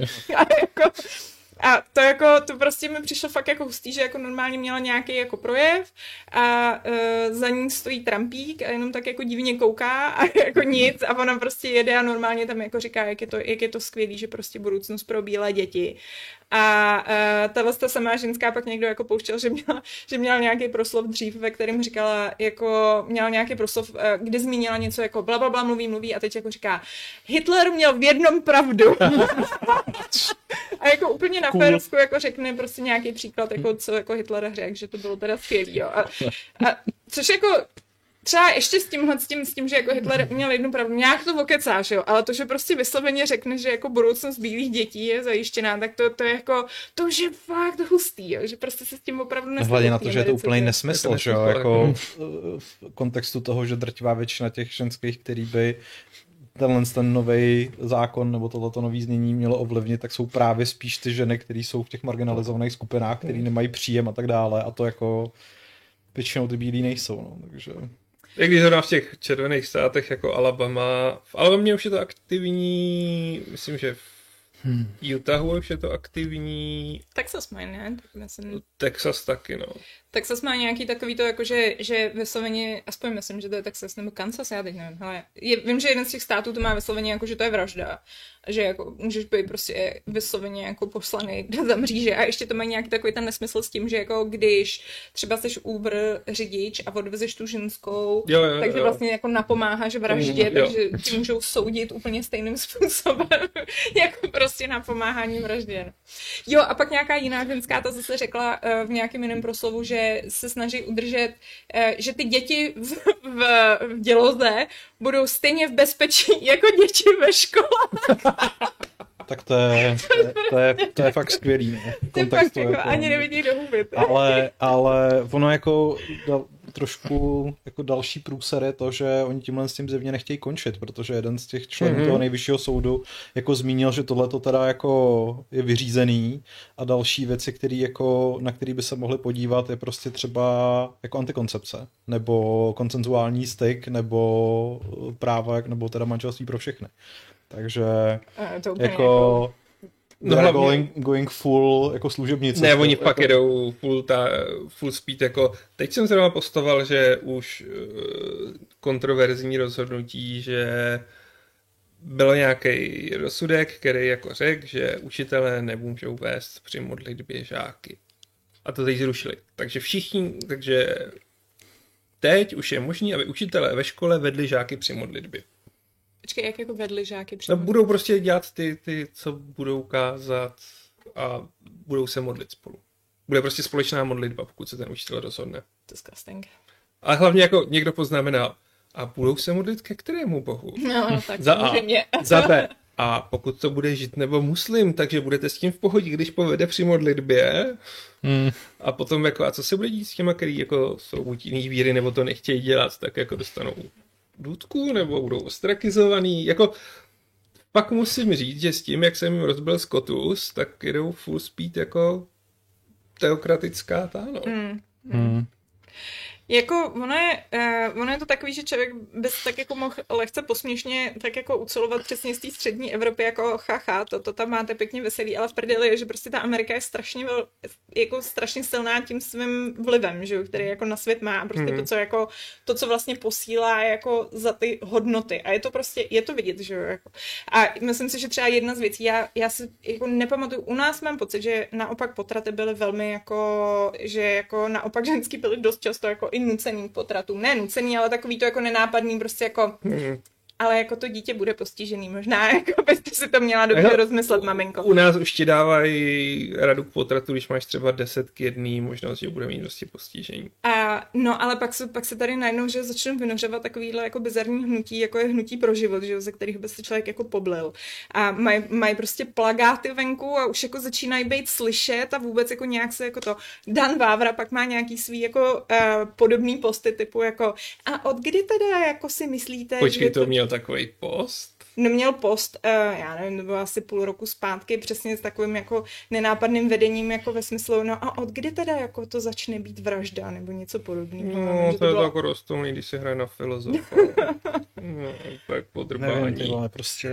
A to prostě mi přišlo fakt jako hustý, že jako normálně měla nějaký jako projev a za ní stojí Trumpík a jenom tak jako divně kouká a jako nic a ona prostě jede a normálně tam jako říká, jak je to skvělý, že prostě budoucnost pro bílé děti. A ta samá ženská pak někdo jako pouštěl, že měla nějaký proslov dřív, ve kterém říkala, jako měla nějaký proslov, kde zmínila něco jako blablabla, mluví a teď jako říká, Hitler měl v jednom pravdu. A jako úplně na férovku jako řekne prostě nějaký příklad, jako co jako Hitler řekl, že to bylo teda skvělý, jo. A což jako třeba ještě s tím, že jako Hitler měl jednu pravdu, nějak to okecáš, jo, ale to, že prostě vysloveně řekne, že jako budoucnost bílých dětí je zajištěná, tak to je jako, to už je fakt hustý, jo, že prostě se s tím opravdu nesmí. Hledě na to, že je to úplný nesmysl, že jo, jako v kontextu toho, že drtivá většina těch ženských, který by ten nový zákon nebo tohleto nový znění mělo ovlivnit, tak jsou právě spíš ty ženy, které jsou v těch marginalizovaných skupinách, které nemají příjem a tak dále a to jako většinou ty bílí nejsou, no, takže... Jak když zrovna v těch červených státech jako Alabama, v Alabamě už je to aktivní, myslím, že v Utahu už je to aktivní. Texas mají, ne? Texas taky, no. Texas má nějaký takový to, jako že vysloveně, aspoň myslím, že to je Texas nebo Kansas, já teď nevím, hele, vím, že jeden z těch států to má vysloveně jako, že to je vražda, že jako můžeš být prostě vysloveně jako poslaný za mříže a ještě to mají nějaký takový ten nesmysl s tím, že jako když třeba jsi Uber řidič a odvezeš tu ženskou, takže vlastně jako napomáháš vraždě, takže ti můžou soudit úplně stejným způsobem, jako prostě napomáhání vraždě. Jo, a pak nějaká jiná ženská ta zase řekla v nějakém jiném proslovu, že se snaží udržet, že ty děti v děloze budou stejně v bezpečí jako děti ve škole. Tak to je fakt skvělý. No, kontextu, jako ani nevidí do huby. Ale ono jako trošku jako další průser je to, že oni tímhle s tím zjevně nechtějí končit, protože jeden z těch členů toho nejvyššího soudu jako zmínil, že tohleto teda jako je vyřízený a další věci, na který by se mohli podívat, je prostě třeba jako antikoncepce, nebo konsenzuální styk, nebo práva, nebo teda manželství pro všechny. Takže jako going full jako služebnice. Ne, oni pak jedou full speed, jako teď jsem zrovna postoval, že už kontroverzní rozhodnutí, že byl nějaký rozsudek, který jako řekl, že učitelé nemůžou vést při modlitbě žáky. A to teď zrušili. Takže teď už je možné, aby učitelé ve škole vedli žáky při modlitbě. Počkej, jak jako vedli žáky při modlitbě? Budou prostě dělat ty, co budou kázat a budou se modlit spolu. Bude prostě společná modlitba, pokud se ten učitel rozhodne. Disgusting. A hlavně jako někdo poznamenal, a budou se modlit ke kterému bohu? No, tak za A, za B. A pokud to bude žid nebo muslim, takže budete s tím v pohodě, když povede při modlitbě. A potom jako, a co se bude dít s těma, který jako jsou buď jiný víry, nebo to nechtějí dělat, tak jako dostanou důtku, nebo budou ostrakizovaný. Jako pak musím říct, že s tím, jak jsem jim rozbil Scotus, tak jedou full speed jako teokratická táno. Jako, ono je to takový, že člověk by se tak jako mohl lehce posměšně tak jako ucelovat přesně z té střední Evropy, jako chacha, to tam máte pěkně veselý, ale v prdeli je, že prostě ta Amerika je strašně, jako strašně silná tím svým vlivem, že jo, který jako na svět má a prostě to, co vlastně posílá jako za ty hodnoty a je to vidět, že jo, jako. A myslím si, že třeba jedna z věcí, já si jako nepamatuju, u nás mám pocit, že naopak potraty byly velmi jako, že jako naopak ženský byly dost často jako i nucený k potratům. Ne nucený, ale takový to jako nenápadný, prostě jako ale jako to dítě bude postižený možná, jako byste si to měla dobře rozmyslet, maminko. U nás už ti dávají radu k potratu, když máš třeba 10 k 1 možnost, že bude mít prostě postižení. No, ale pak se tady najednou, že začnou vynořovat takovýhle jako bizarní hnutí, jako je hnutí pro život, že ze kterých by se člověk jako poblil. A mají prostě plakáty venku a už jako začínají být slyšet a vůbec jako nějak se jako to. Dan Vávra pak má nějaký svý jako podobný posty typu jako a od kdy teda jako si myslíte, počkej, to měl takový post? Neměl post, já nevím, to bylo asi půl roku zpátky, přesně s takovým jako nenápadným vedením, jako ve smyslu, no a od kdy teda jako to začne být vražda, nebo něco podobného. No, to je bylo... tak rostomný, když se hraje na filozofa. No, tak podrbání. Nevím, ale prostě,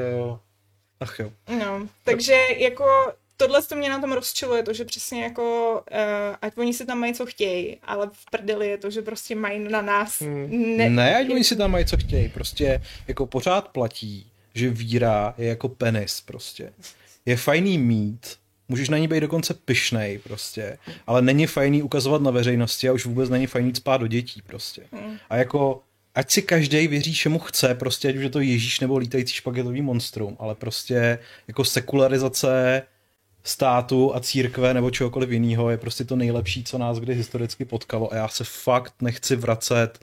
ach jo. No, takže jako tohle to mě na tom rozčiluje, to, že přesně jako, ať oni si tam mají co chtějí, ale v prdeli je to, že prostě mají na nás... Ne, ať oni si tam mají co chtějí, prostě jako pořád platí, že víra je jako penis prostě. Je fajný mít, můžeš na ní být dokonce pyšnej prostě, ale není fajný ukazovat na veřejnosti a už vůbec není fajný spát do dětí prostě. A jako, ať si každej věří, čemu chce, prostě, ať už je to Ježíš nebo lítající špagetový monstrum, ale prostě jako sekularizace státu a církve nebo čehokoliv jiného je prostě to nejlepší, co nás kdy historicky potkalo a já se fakt nechci vracet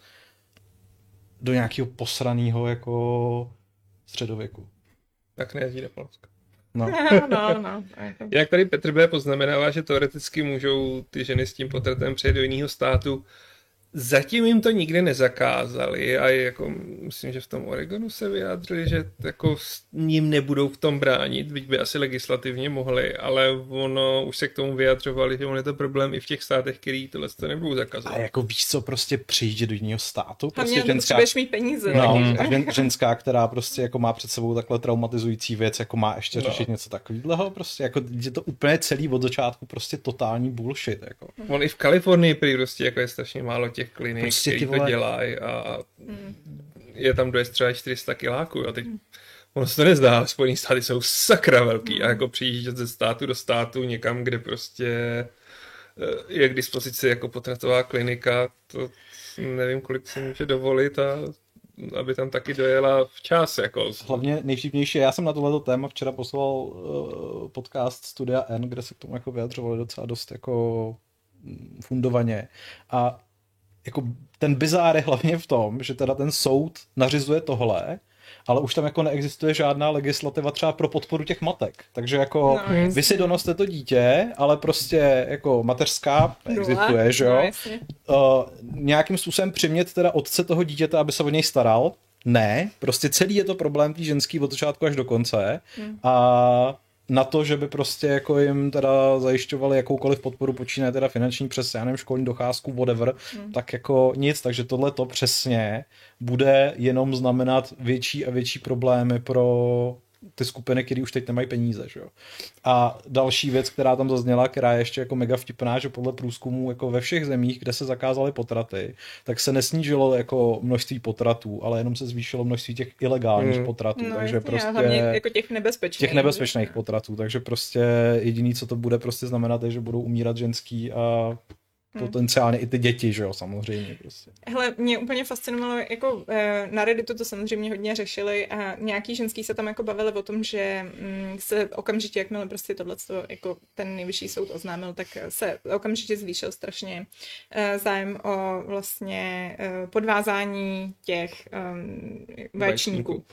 do nějakého posraného jako středověku. Tak nejezdí do Polska. No. Jak tady Petr B. poznamenává, že teoreticky můžou ty ženy s tím potratem přejít do jiného státu. Zatím jim to nikdy nezakázali a jako myslím, že v tom Oregonu se vyjádřili, že jako s ním nebudou v tom bránit, byť by asi legislativně mohli, ale ono už se k tomu vyjadřovali, že on je to problém i v těch státech, který tohle to nebudou zakazovat. A jako víš co, prostě přijít do jiného státu? Prostě ženská, potřebuješ mít peníze. No, ženská, která prostě jako má před sebou takhle traumatizující věc, jako má ještě řešit něco takového, prostě jako je to úplně celý od začátku prostě totální bullshit. Jako. On i v Kalifornii prý prostě jako je strašně málo těch klinik, prostě který to dělají a je tam dojezd třeba 400 kiláků a teď ono se to nezdá, Spojený státy jsou sakra velký a jako přijíždět ze státu do státu někam, kde prostě je k dispozici jako potratová klinika, to nevím, kolik si může dovolit a aby tam taky dojela včas. Jako. Hlavně nejvtipnější, já jsem na tohleto téma včera poslal podcast Studia N, kde se k tomu jako vyjadřovali docela dost jako fundovaně a jako ten bizár je hlavně v tom, že teda ten soud nařizuje tohle, ale už tam jako neexistuje žádná legislativa třeba pro podporu těch matek. Takže jako vy si donoste to dítě, ale prostě jako mateřská neexistuje, že jo? Nějakým způsobem přimět teda otce toho dítěte, aby se o něj staral. Ne, prostě celý je to problém tý ženský od začátku až do konce a na to, že by prostě jako jim teda zajišťovali jakoukoliv podporu, počínaje teda finanční přes, já nevím, školní docházku, whatever, tak jako nic, takže tohle to přesně bude jenom znamenat větší a větší problémy pro ty skupiny, které už teď nemají peníze, že jo. A další věc, která tam zazněla, která je ještě jako mega vtipná, že podle průzkumů jako ve všech zemích, kde se zakázaly potraty, tak se nesnížilo jako množství potratů, ale jenom se zvýšilo množství těch ilegálních potratů, takže jasně, prostě hlavně jako těch nebezpečných potratů, takže prostě jediný, co to bude prostě znamenat, je, že budou umírat ženský a potenciálně i ty děti, že jo, samozřejmě. Prostě. Hele, mě úplně fascinovalo, jako na Redditu to samozřejmě hodně řešili a nějaký ženský se tam jako bavili o tom, že se okamžitě, jakmile prostě tohleto jako ten nejvyšší soud oznámil, tak se okamžitě zvýšil strašně zájem o vlastně podvázání těch vaječníků.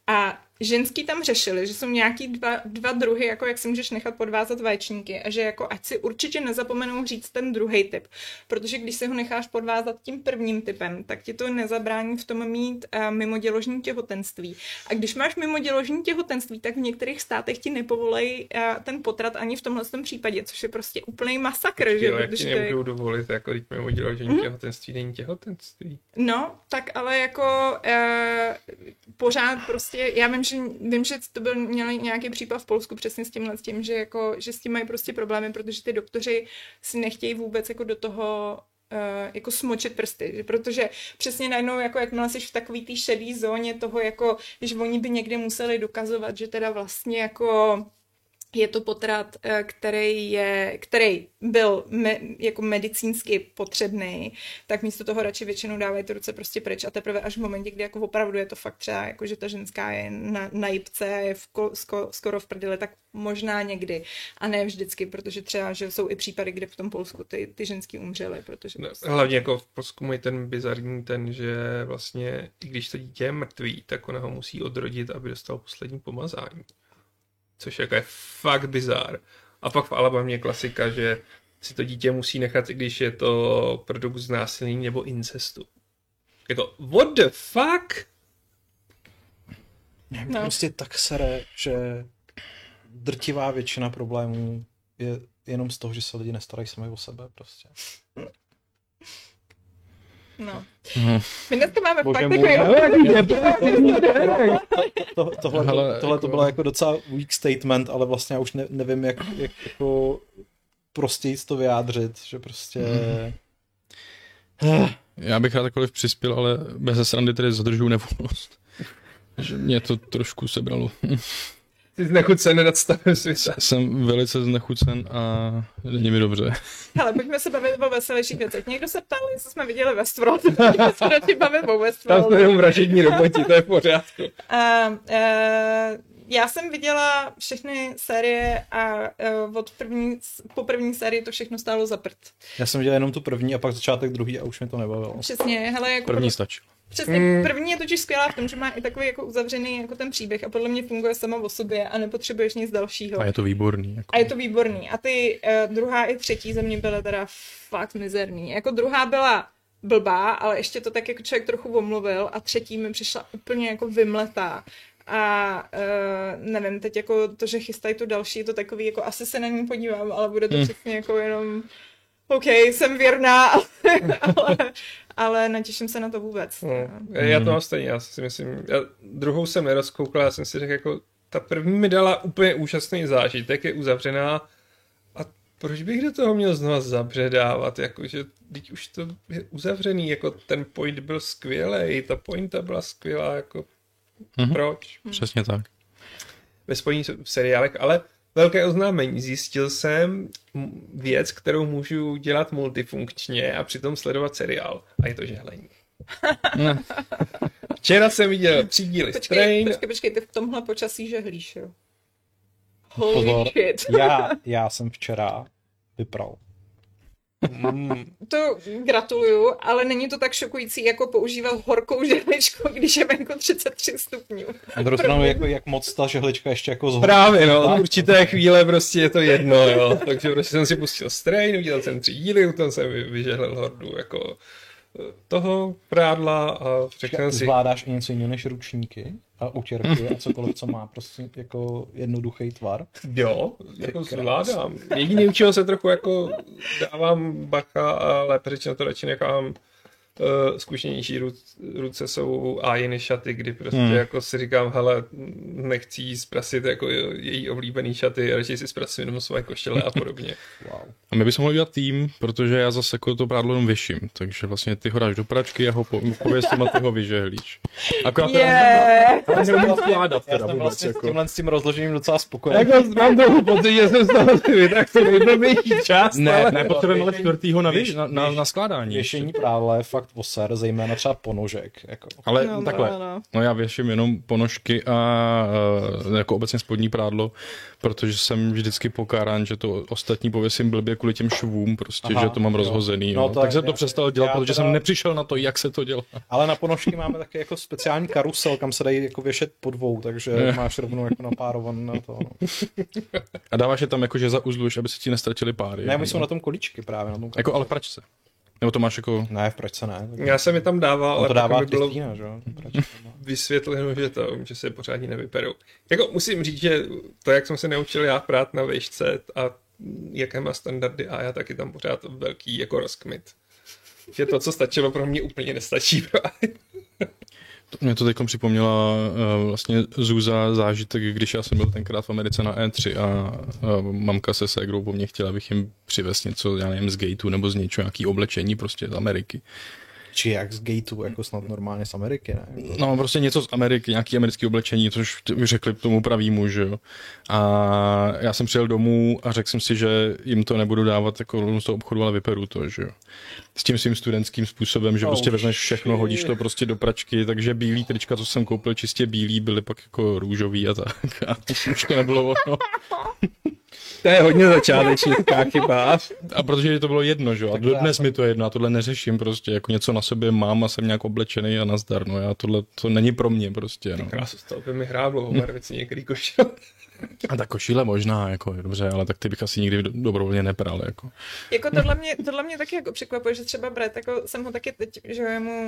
A ženský tam řešili, že jsou nějaký dva druhy, jako jak si můžeš nechat podvázat vaječníky a že jako ať si určitě nezapomenou říct ten druhý typ, protože když si ho necháš podvázat tím prvním typem, tak ti to nezabrání v tom mít mimoděložní těhotenství. A když máš mimoděložní těhotenství, tak v některých státech ti nepovolejí ten potrat ani v tomhle případě, což je prostě úplný masakr. Že? Jak ti nemůžou dovolit, jako když mimoděložní těhotenství není těhotenství. No, tak ale jako pořád prostě, já vím, že to byl měli nějaký případ v Polsku přesně s tím, že s tím mají prostě problémy, protože ty doktoři si nechtějí vůbec jako do toho jako smočit prsty, protože přesně najednou, jako jakmile jsi v takový té šedý zóně toho, jako, když oni by někde museli dokazovat, že teda vlastně jako je to potrat, který byl jako medicínsky potřebný, tak místo toho radši většinou dávají to ruce prostě pryč a teprve až v momentě, kdy jako opravdu je to fakt třeba, jako že ta ženská je na jipce, je skoro v prdeli, tak možná někdy a ne vždycky, protože třeba, že jsou i případy, kde v tom Polsku ty ženský umřely, protože... No, hlavně jako v Polsku mají ten bizarní že vlastně, i když to dítě je mrtvý, tak ona ho musí odrodit, aby dostal poslední pomazání. Což jako je fakt bizár. A pak v Alabamě je klasika, že si to dítě musí nechat, i když je to produkt znásilnění nebo incestu. Jako, what the fuck? No. Prostě tak sere, že drtivá většina problémů je jenom z toho, že se lidi nestarají sami o sebe prostě. No. My dneska máme Bože tohle to bylo jako docela weak statement, ale vlastně já už nevím, jak jako prostěji to vyjádřit, že prostě... Já bych rád takoliv přispěl, ale bez srandy tedy zadržuju nevolnost. Že mě to trošku sebralo. Jsi znechucen nad stavem světa. Jsem velice znechucen a není mi dobře. Hele, pojďme se bavit o veselějších věcech. Někdo se ptal, jestli jsme viděli Westworld. Pojďme se radši bavit o Westworld. Tam jsme jenom vražední roboti, to je v pořádku. Já jsem viděla všechny série a po první sérii to všechno stálo za prd. Já jsem viděla jenom tu první a pak začátek druhý a už mi to nebavilo. Přesně, hele, jako první stačilo. Přesně, první je totiž skvělá v tom, že má i takový jako uzavřený jako ten příběh a podle mě funguje sama o sobě a nepotřebuješ nic dalšího. A je to výborný. Jako. A je to výborný. A ty druhá i třetí ze mě byly teda fakt mizerný. Jako druhá byla blbá, ale ještě to tak jako člověk trochu omluvil a třetí mi přišla úplně jako vymletá. A nevím, teď jako to, že chystají tu další, je to takový, jako asi se na ní podívám, ale bude to přesně jako jenom OK, jsem věrná, ale netěším se na to vůbec. Já to mám stejně, já si myslím, druhou jsem nerozkoukla, já jsem si řekl, jako ta první mi dala úplně úžasný zážitek, je uzavřená a proč bych do toho měl znova zabředávat, jakože teď už to je uzavřený, jako ten point byl skvělej, ta pointa byla skvělá, jako proč? Přesně tak. Ve spojení v seriálech, ale velké oznámení. Zjistil jsem věc, kterou můžu dělat multifunkčně a přitom sledovat seriál. A je to žehlení. Včera jsem viděl 3 díly Strain. Počkej, ty v tomhle počasí žehlíš, jo? Pozor, já jsem včera vypral. To gratuluju, ale není to tak šokující, jako používat horkou žehličku, když je venku 33 stupňů. Na druhou stranu, jako, jak moc ta žehlička ještě jako zhodí. Právě, no, určité chvíle prostě je to jedno, jo. Takže prostě jsem si pustil Strain, udělal jsem 3 díly, u toho jsem vyžehlil hordu, jako toho prádla a řekl si... Zvládáš i něco jiného než ručníky a utěrky a cokoliv, co má prostě jako jednoduchý tvar? Jo, jako zvládám. Jediný, u čeho se trochu jako dávám bacha a lépe řečeno to radši nechám zkušenější ruce jsou Ajiny šaty, kdy prostě jako si říkám, hele, nechci jí zprasit jako její oblíbený šaty, radši si zprasím jenom svoje košile a podobně. Wow. A my bychom mohli dělat tým, protože já zase jako to prádlo jenom vyším, takže vlastně ty ho dáš do pračky a ho pověsím a ty ho vyžehlíš. Akorát neumím skládat teda vůbec. Tímhle s tím rozložením docela spokojený. Jako mám trochu pocit, že jsem z toho vytraktil nejblbější část. Ne, potřebujeme ale čtvrtýho na skládání. Věšení prádla je fakt fakt oser, zejména třeba ponožek. Jako. Ale takhle, no já věším jenom ponožky a jako obecně spodní prádlo, protože jsem vždycky pokárán, že to ostatní pověsím blbě kvůli těm švům, prostě, že to mám rozhozený. No, tak jsem to přestal dělat, protože jsem nepřišel na to, jak se to dělá. Ale na ponožky máme taky jako speciální karusel, kam se dají jako věšet po dvou, takže máš rovnou jako napárovaný na to. No. A dáváš je tam jako, že zauzluješ, aby se ti nestratili páry. Ne, my jsou na tom kolíčky právě. Na tom jako, ale v pračce. Nebo to máš jako... Ne, v pračce ne. Já jsem je tam dával, ale to dává mi bylo Kristýna, že? vysvětleno, že se pořádně nevyperou. Jako musím říct, že to, jak jsem se naučil já prát na vejšce a jaké má standardy a já taky tam pořád velký jako rozkmit. Že to, co stačilo pro mě, úplně nestačí právě. Mě to teď připomněla vlastně Zúza zážitek, když já jsem byl tenkrát v Americe na E3 a mamka se ségrou po mně chtěla, abych jim přivez něco, já nevím, z Gateu nebo z něčeho, nějaký oblečení prostě z Ameriky. Či jak z Gateu, jako snad normálně z Ameriky, ne? No prostě něco z Ameriky, nějaký americký oblečení, což řekli tomu pravýmu, že jo. A já jsem přijel domů a řekl jsem si, že jim to nebudu dávat jako z toho obchodu, ale vyperu to, že jo. S tím svým studentským způsobem, že prostě vezmeš všechno, hodíš to prostě do pračky, takže bílý trička, co jsem koupil, čistě bílý, byly pak jako růžový a tak. A už to nebylo ono. To je hodně začátečnická chyba. A protože to bylo jedno, že jo. A dnes mi to je jedno, a tohle neřeším prostě, jako něco na sobě mám a jsem nějak oblečený a nazdar, no. Já tohle, to není pro mě prostě, no. Krásu, z toho by mi hrál dlouhobarvici některý košile. A tak košile možná, jako dobře, ale tak ty bych asi nikdy dobrovolně nepral, jako. Jako tohle mě taky jako překvapuje, že třeba Brett, jako jsem ho taky teď, že je mu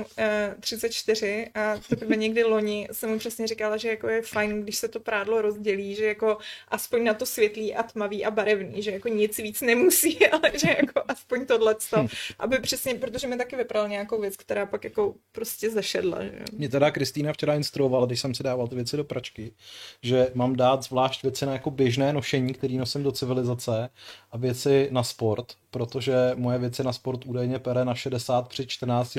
34 a teprve někdy loni jsem mu přesně říkala, že jako je fajn, když se to prádlo rozdělí, že jako aspoň na to světlý a tmavý a barevný, že jako nic víc nemusí, ale že jako aspoň tohleto, aby přesně, protože mi taky vypral nějakou věc, která pak jako prostě zašedla, že jo. Mě teda Kristýna včera instruovala, když jsem si dával ty věci do pračky, že mám dát zvlášť věci na jako běžné nošení, který nosím do civilizace a věci na sport, protože moje věci na sport údajně pere na 60 při 14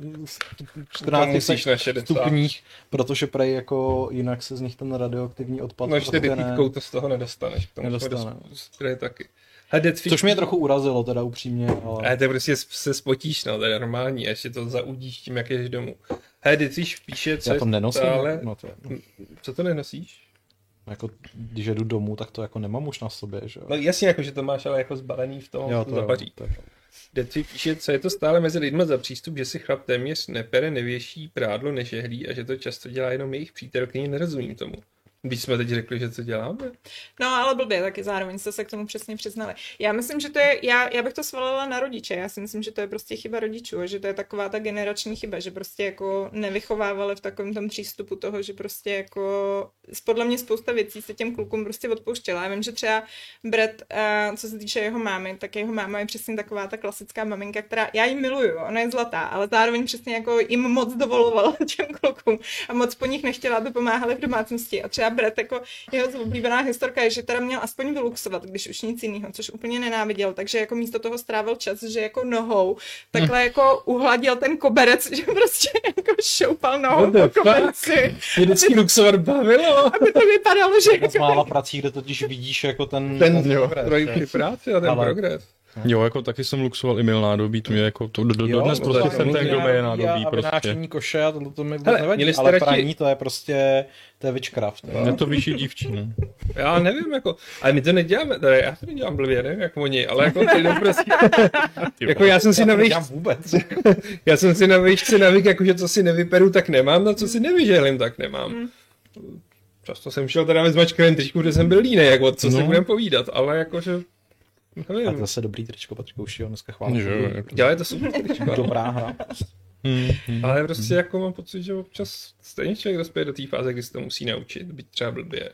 stupních, protože prej jako jinak se z nich ten radioaktivní odpad... No ještě vypítkou to z toho nedostaneš. Nedostane. Taky. Což mě trochu urazilo teda upřímně, ale... Ale to prostě se spotíš, no, to je normální, a ještě to zaudíš tím, jak jdeš domů. Deathwish píše, co já to nenosím, stále... no to je... Co to nenosíš? Jako, když jdu domů, tak to jako nemám už na sobě, že jo? No jasně, jako, že to máš ale jako zbalený v tom zapaří. Deathwish píše, co je to stále mezi lidmi za přístup, že si chlap téměř nepere, nevěší, prádlo nežehlí a že to často dělá jenom jejich přítelkyně, nerozumím tomu. Když jsme teď řekli, že co děláme. No, ale blbě taky zároveň jste se k tomu přesně přiznali. Já myslím, že to je, já bych to svalila na rodiče, já si myslím, že to je prostě chyba rodičů, že to je taková ta generační chyba, že prostě jako nevychovávali v takovém tom přístupu toho, že prostě jako podle mě spousta věcí se těm klukům prostě odpouštěla. Já vím, že třeba Brett, co se týče jeho mámy, tak jeho máma je přesně taková ta klasická maminka, která, já ji miluju, ona je zlatá, ale zároveň přesně jako jim moc dovolovala těm klukům a moc po nich nechtěla, aby pomáhali v domácnosti. A třeba Brett, jako jeho oblíbená historka je, že teda měl aspoň vyluxovat, když už nic jiného, což úplně nenáviděl, takže jako místo toho strávil čas, že jako nohou takhle jako uhladil ten koberec, že prostě jako šoupal nohou po koberci. Mě vždycky luxovat bavilo. Aby to vypadalo, že jako... Z mála prací, kde totiž vidíš jako ten progres. Práci a ten progres. Jo, jako taky jsem luxoval e-mail nádobí, to mě jako to dodnes prostě jsem ten, kdo je nádobí prostě. A vynášení koše a to mi vůbec nevadí, ale praní to je prostě, to je witchcraft. Je to vyšší dívčí, no. Já nevím, jako, ale my to neděláme, tady, já to nedělám blbě, nevím, jak oni, ale jako ty prostě, jako já jsem si na výšce, vůbec. Já jsem si na výšce navyk, jako že co si nevyperu, tak nemám, na co si nevyžehlím, tak nemám. Často jsem šel teda ve zmačkovém tričku, kde jsem byl línej, jako co si budem povídat, ale jakože... A to zase dobrý tričko, Patrik už ho dneska chválil. Dělají to super tričko. Dobrá hra. Ale prostě jako mám pocit, že občas stejně člověk dospěje do té fáze, kdy se to musí naučit, být třeba blbě.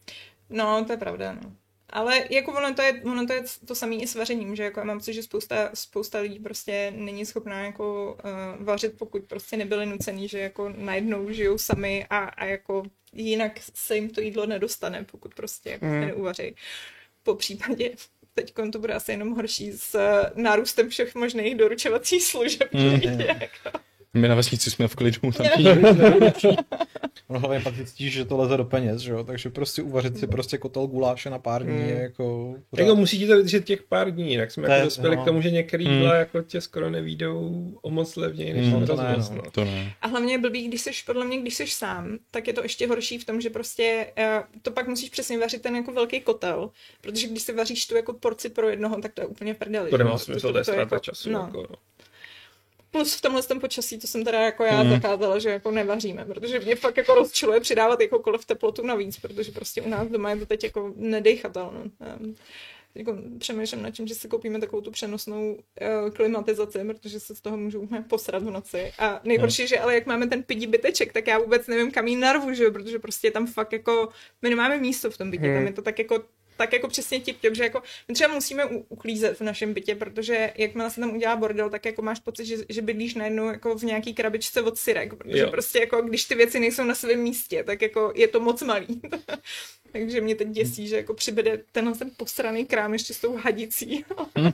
No, to je pravda, no. Ale jako ono to je to samé i s vařením, že jako já mám pocit, že spousta lidí prostě není schopná jako vařit, pokud prostě nebyli nucený, že jako najednou žijou sami a jako jinak se jim to jídlo nedostane, pokud prostě jako se neuvaří. Po případě teď to bude asi jenom horší s nárůstem všech možných doručovacích služeb. My na vesnici jsme v klidu. Tam Ono hlavně pak zjistíš, že to leze do peněz, že jo? Takže prostě uvařit si prostě kotel guláše na pár dní je jako... Jako musí ti to vydržet těch pár dní, jinak jsme jako dospěli k tomu, že některý jídla jako tě skoro nevídou o moc levněji, než to ne. A hlavně je blbý, podle mě, když jsi sám, tak je to ještě horší v tom, že prostě to pak musíš přesně vařit ten jako velký kotel, protože když si vaříš tu jako porci pro jednoho, tak to je úplně prdeli. To nemá smysl, to je ztráta času. No. Jako, no. Plus v tomhle počasí, to jsem teda jako já zakázala, že jako nevaříme, protože mě fakt jako rozčiluje přidávat jakoukoliv teplotu navíc, protože prostě u nás doma je to teď jako nedejchatelné. Jako přemýšlím nad tím, že si koupíme takovou tu přenosnou klimatizaci, protože se z toho můžu posrat v noci. A nejhorší, že ale jak máme ten pidí byteček, tak já vůbec nevím, kam jí narvu, že? Protože prostě tam fakt jako, my nemáme místo v tom bytě, tam je to tak jako přesně tip, že jako my třeba musíme uklízet v našem bytě, protože jakmile se tam udělá bordel, tak jako máš pocit, že bydlíš najednou jako v nějaký krabičce od syrek, protože prostě jako když ty věci nejsou na svém místě, tak jako je to moc malý. Takže mě teď děsí, že jako přibude ten posraný krám ještě s tou hadicí.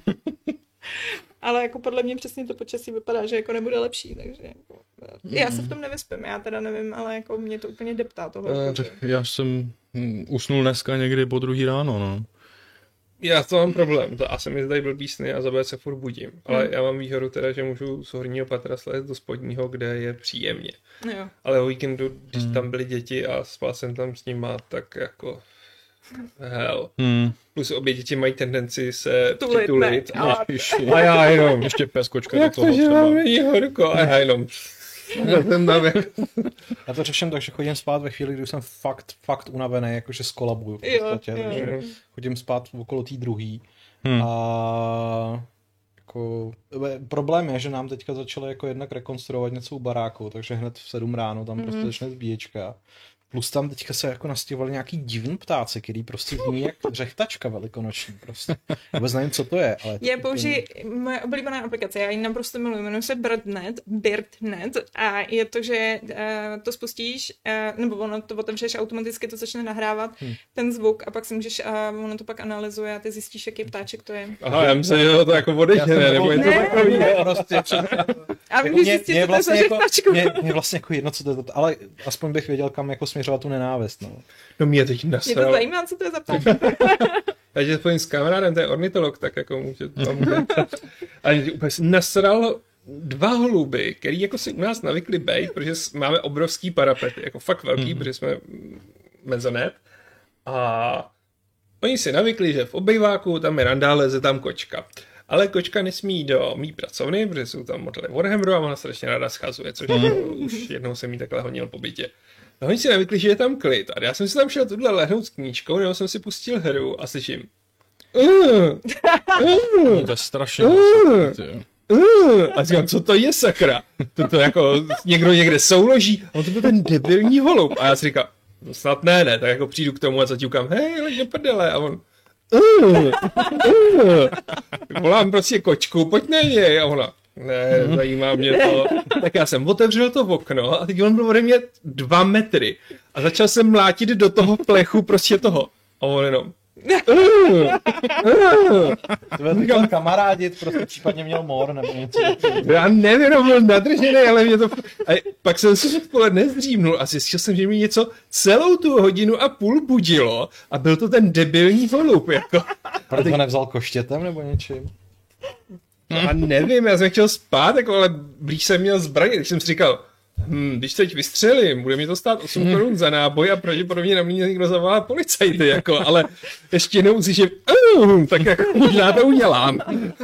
Ale jako podle mě přesně to počasí vypadá, že jako nebude lepší, takže jako, já se v tom nevyspím, já teda nevím, ale jako mě to úplně deptá toho. Já jsem usnul dneska někdy po 2 ráno, no. Já to mám problém, a se mi zdají blbý sny a za se furt budím, ale já mám výhodu teda, že můžu z horního patra slézt do spodního, kde je příjemně. Jo. Ale o víkendu, když tam byly děti a spal jsem tam s nima, tak jako hell. Plus obě děti mají tendenci se přitulit. A já jenom. Ještě peskočka do toho. Jak to, že mám není horko? A já jenom. Já to řeším tak, že chodím spát ve chvíli, kdy jsem fakt unavený, jakože skolabuju v podstatě. Takže chodím spát okolo té druhý. A jako, problém je, že nám teďka začali jako jednak rekonstruovat něco u baráku, takže hned v 7 ráno tam prostě začne zbíječka. Plus tam teďka se jako nastěhovali nějaký divný ptáci, který prostě zní jak řechtačka velikonoční prostě. Vůbec nevím, co to je, ale... Já použiji moje oblíbená aplikace, já ji naprosto miluji, jmenuje se Birdnet a je to, že to spustíš, nebo ono to otevřeš, automaticky to začne nahrávat ten zvuk a pak si můžeš, ono to pak analyzuje a ty zjistíš, jaký ptáček to je. Aha, já myslím, že to jako odejde, nebo je to takový, prostě. A můžeš zjistit, co to je za řechtačku. Mě vlastně jako jedno, co to je, ale aspoň bych věděl, kam jako směřovat tu nenávist, no. No mě teď nasral. Mě to zajímá, co to je za ptáček. Já tě spojím s kamarádem, to je ornitolog, tak jako může... A mě úplně nasral 2 holuby, který jako si u nás navykli bejt, protože máme obrovský parapety, jako fakt velký, protože jsme mezonet. A oni si navykli, že v obejváku tam je randál, leze tam kočka. Ale kočka nesmí do mý pracovny, protože jsou tam modely Warhammeru a ona strašně ráda schazuje, což už jednou jsem jí takhle honil po bytě. No oni si navykli, že je tam klid. A já jsem si tam šel tuhle lehnout s knížkou, nebo jsem si pustil hru a slyším. To je strašně. A říkám, co to je, sakra? To jako někdo někde souloží. A on to byl ten debilní holub. A já si říkám, no snad ne, tak jako přijdu k tomu a zatíukám, hej, leď do prdele. A on, volám prostě kočku, pojď na něj. A ona, ne, zajímá mě to. Tak já jsem otevřel to okno a teď on byl ode mě 2 metry. A začal jsem mlátit do toho plechu prostě toho. A on jenom... To byl kamarádit, prostě případně měl mor nebo něco. Já nevím, on byl nadržený, ale mě to... A pak jsem si odpoledne zdřímnul a zjistil jsem, že mi něco celou tu 1,5 hodiny budilo a byl to ten debilní holub, jako. Proto ho nevzal koštětem nebo něčím? A nevím, já jsem chtěl spát, jako, ale blíž jsem měl zbraně, když jsem si říkal, když teď vystřelím, bude mi to stát 8 korun za náboj a pravděpodobně na mě někdo zavolá policajty, jako, ale ještě jednou si, že tak jako možná to udělám.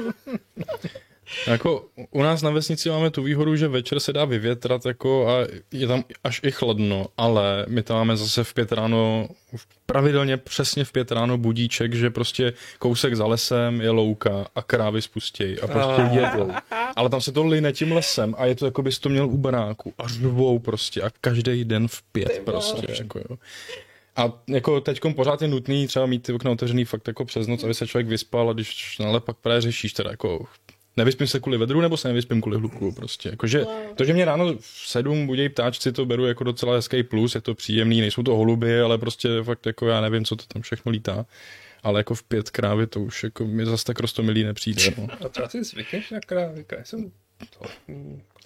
Jako u nás na vesnici máme tu výhodu, že večer se dá vyvětrat jako a je tam až i chladno, ale my tam máme zase v 5 ráno, pravidelně přesně v 5 ráno budíček, že prostě kousek za lesem je louka a krávy spustějí a prostě jedou. Ale tam se to line tím lesem a je to jako bys to měl u baráku a řvou prostě a každý den v 5 prostě. Jako jo. A jako teďkom pořád je nutný třeba mít ty okna otevřený fakt jako přes noc, aby se člověk vyspal a když ale pak právě řešíš teda jako nevyspím se kvůli vedru, nebo se nevyspím kvůli hluku prostě. Jakože to, že mě ráno v 7 budějí ptáčci, to beru jako docela hezký plus, je to příjemný, nejsou to holuby, ale prostě fakt jako já nevím, co to tam všechno lítá. Ale jako v 5 krávy to už jako mi zase tak roztomilý nepřijde. No. A třeba si zvykneš na krávy, jsou to...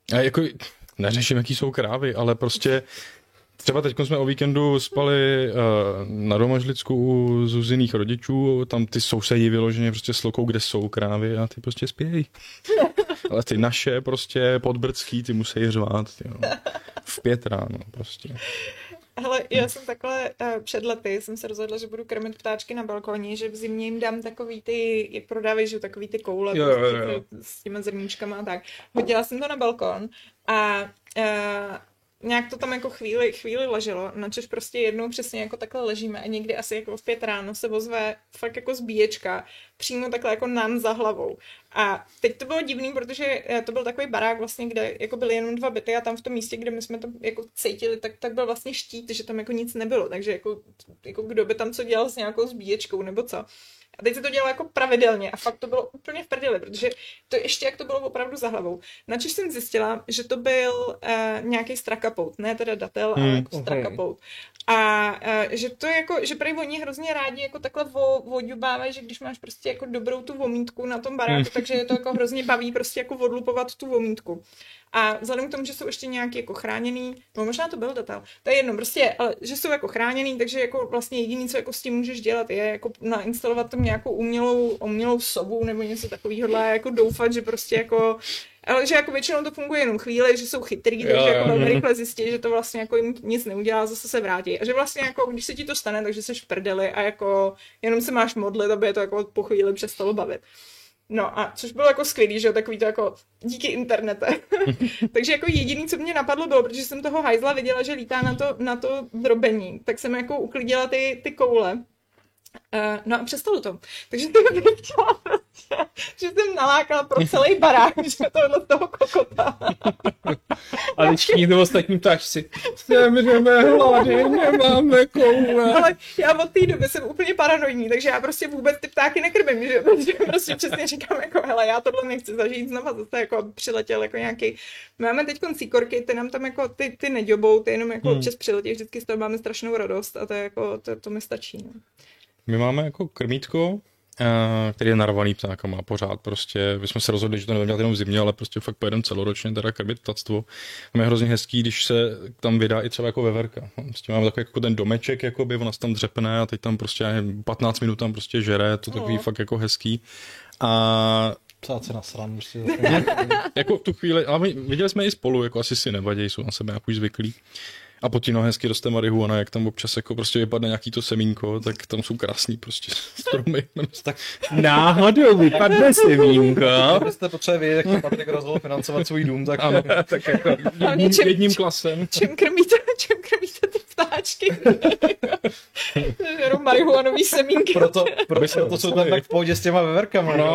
A jako neřeším, jaký jsou krávy, ale prostě třeba teď jsme o víkendu spali na Domažlicku u Zuziných rodičů, tam ty sousedi vyloženě prostě s lokou, kde jsou krávy a ty prostě spějí. Ale ty naše prostě podbrdský, ty musí řvát, jo. V 5 ráno prostě. Hele, já jsem takhle před lety jsem se rozhodla, že budu krmit ptáčky na balkoně, že v zimě jim dám takový ty, jak prodávají, že takový ty koule jo. s těma zrníčkama a tak. Hodila jsem to na balkon a nějak to tam jako chvíli leželo, načež prostě jednou přesně jako takhle ležíme a někdy asi jako v 5 ráno se ozve fakt jako zbíječka přímo takhle jako nám za hlavou. A teď to bylo divný, protože to byl takový barák vlastně, kde jako byly jenom 2 byty a tam v tom místě, kde my jsme to jako cítili, tak byl vlastně štít, že tam jako nic nebylo, takže jako kdo by tam co dělal s nějakou zbíječkou nebo co. A teď se to dělalo jako pravidelně a fakt to bylo úplně v prdeli, protože to ještě jak to bylo opravdu za hlavou. Načež jsem zjistila, že to byl nějaký strakapout, ne teda datel, ale jako strakapout. A že to jako, že prý oni hrozně rádi jako takhle odjubávají, že když máš prostě jako dobrou tu vomítku na tom baráku, takže je to jako hrozně baví prostě jako odlupovat tu vomítku. A vzhledem k tomu, že jsou ještě nějaký jako chráněný, no možná to byl datel, to je jedno, prostě, ale že jsou jako chráněný, takže jako vlastně jediný, co jako s tím můžeš dělat, je jako nainstalovat tam nějakou umělou sobu nebo něco takového, jako doufat, že prostě jako, ale že jako většinou to funguje jenom chvíli, že jsou chytrý, takže jako velmi rychle zjistí, že to vlastně jako jim nic neudělá, zase se vrátí. A že vlastně jako, když se ti to stane, takže jsi v prdeli a jako jenom se máš modlit, aby je to jako po chvíli přestalo bavit. No a což bylo jako skvělý, že jo, takový to jako díky internete. Takže jako jediný, co mě napadlo bylo, protože jsem toho hajzla viděla, že lítá na to drobení, tak jsem jako uklidila ty koule. No a přestalo to. Takže to bych chtěla prostě, že jsem nalákala pro celý barák, že tohle toho kokota. Ale všichni to ostatní ptáčci. Zemřeme hlady, nemáme koule. Ale já od té doby jsem úplně paranoidní, takže já prostě vůbec ty ptáky nekrmím, že prostě přesně říkám jako, hele, já tohle nechci zažít znova, zase jako přiletěl jako nějaký. Máme teď síkorky, ty nám tam jako, ty neďobou, ty jenom jako občas přiletí, vždycky z toho máme strašnou radost a to je jako, to mi stačí. No. My máme jako krmítko, který je narvaný ptákama pořád prostě. My jsme se rozhodli, že to nebudeme dělat jenom v zimě, ale prostě fakt pojedeme celoročně teda krmit ptactvo. A je hrozně hezký, když se tam vydá i třeba jako veverka. Prostě máme takový jako ten domeček, jakoby, ona se tam dřepne a teď tam prostě 15 minut tam prostě žere, to takový fakt jako hezký. A psát se nasran, prostě. Jako v tu chvíli, ale my viděli jsme i spolu, jako asi si nevadí, jsou na sebe nějak už zvyklí. A potom hezky roste marihuana, jak tam občas jako prostě vypadne nějaký to semínko, tak tam jsou krásný prostě stromy. Tak náhodou vypadne semínko. Kdybyste potřebovali vědět, jak to Patrik rozhodl financovat svůj dům, tak ano, tak jako jedním klasem. Čím krmíte ty ptáčky? Jenom marihuanový semínky. Proto jsou tam tak v pohodě s těma veverkama, no.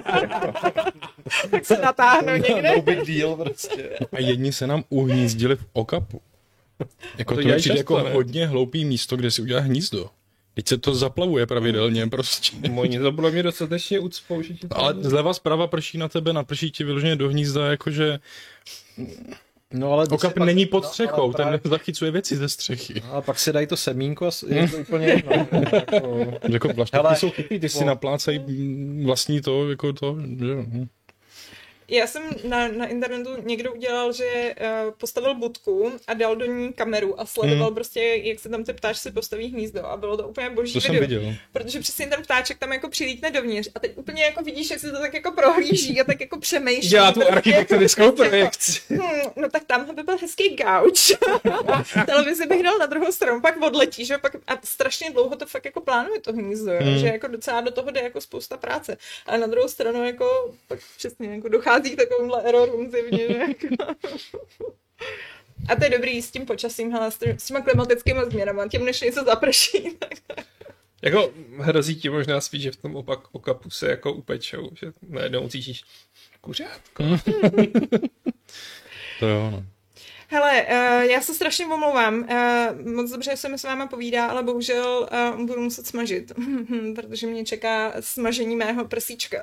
Tak se natáhnou někde. No big deal prostě. A jedni se nám uhnízdili v okapu. Jako to je jako hodně hloupý místo, kde si udělá hnízdo. Teď se to zaplavuje pravidelně prostě. Oni to bylo mě dostatečně ucpou, že ti to... Ale zleva zprava prší na tebe, naprší ti vyloženě do hnízda, jakože... No, ale okap není pod střechou, ten zachycuje věci ze střechy. A pak si dají to semínko a je to úplně jedno. Jako vlaštovky jsou chytrý, ty si naplácají vlastní to, jako to, že... Já jsem na internetu někdo udělal, že postavil budku a dal do ní kameru a sledoval prostě, jak se tam ty ptáčci postaví hnízdo a bylo to úplně boží to video. Jsem viděl. Protože přesně ten ptáček tam jako přilítne dovnitř a teď úplně jako vidíš, jak se to tak jako prohlíží a tak jako přemýšlí. Dělá tu architektonickou projekci. No tak tamhle by byl hezký gauč. Televizi bych dal na druhou stranu, pak odletí, že pak a strašně dlouho to fakt jako plánuje to hnízdo, že jako docela do toho jde jako spousta práce. Ale na druhou stranu jako pak přesně jako dochází k takovýmhle errorům zjevně, že jako... A to je dobrý s tím počasím, hele, s těma klimatickými změnama, tím než něco zaprší. Jako hrozí ti možná spíš, že v tom okapu se jako upečou, že najednou cítíš kuřátko. To jo, no. Hele, já se strašně omlouvám. Moc dobře se mi s váma povídá, ale bohužel budu muset smažit, protože mě čeká smažení mého prsíčka.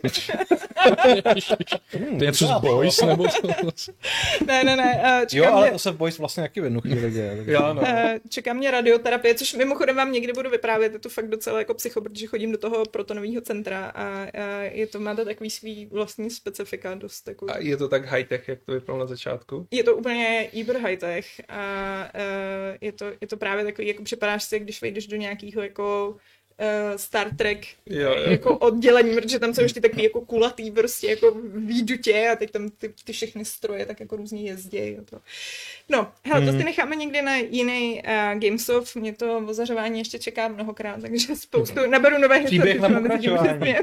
To je co z Boys, nebo to? Ne. Jo, ale to se v Boys vlastně jaký v jednu chvíli děje. Čeká mě radioterapie, což mimochodem vám někdy budu vyprávět, je to fakt docela jako psycho, protože chodím do toho protonového centra a máte takový svý vlastní specifika dost. Jako... A je to tak high-tech, jak to vypadalo na začátku? Je to úplně uber high-tech a je to právě takový, jako připadáš si, když vejdeš do nějakého jako Star Trek jako oddělení, protože tam jsou ještě takový jako kulatý prostě jako výdutě a teď tam ty všechny stroje tak jako různě jezdí. No, hele, to si necháme někdy na jiný Gamesoft, mě to ozařování ještě čeká mnohokrát, takže spoustu, naberu nové historie.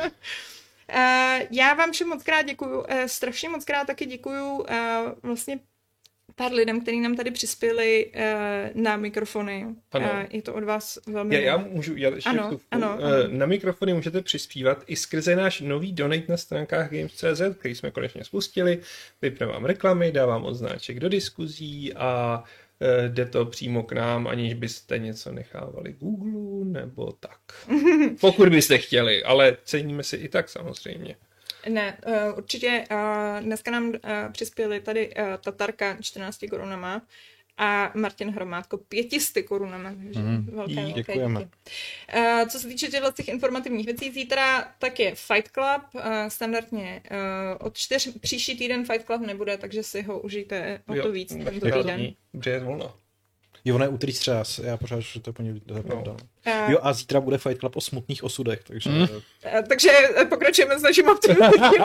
Já vám všem moc krát děkuju, strašně moc krát taky děkuju vlastně pár lidem, kteří nám tady přispěli na mikrofony. Je to od vás velmi... Já můžu ještě ano. Na mikrofony můžete přispívat i skrze náš nový donate na stránkách Games.cz, který jsme konečně spustili. Vypne vám reklamy, dávám odznáček do diskuzí a jde to přímo k nám, aniž byste něco nechávali Google nebo tak. Pokud byste chtěli, ale ceníme si i tak samozřejmě. Ne, určitě dneska nám přispěli tady Tatarka 14 korunama a Martin Hromádko 500 korunama, takže velké děkujeme. Díky. Co se týče těch informativních věcí, zítra tak je Fight Club, standardně od 4, příští týden Fight Club nebude, takže si ho užijte o to víc tento týden. Protože je volno. Jo, ne, úterý středa, já pořád, že to je pondělí, to je pravda. Jo, a zítra bude Fight Club o smutných osudech, takže... Takže pokračujeme s naším optimistickým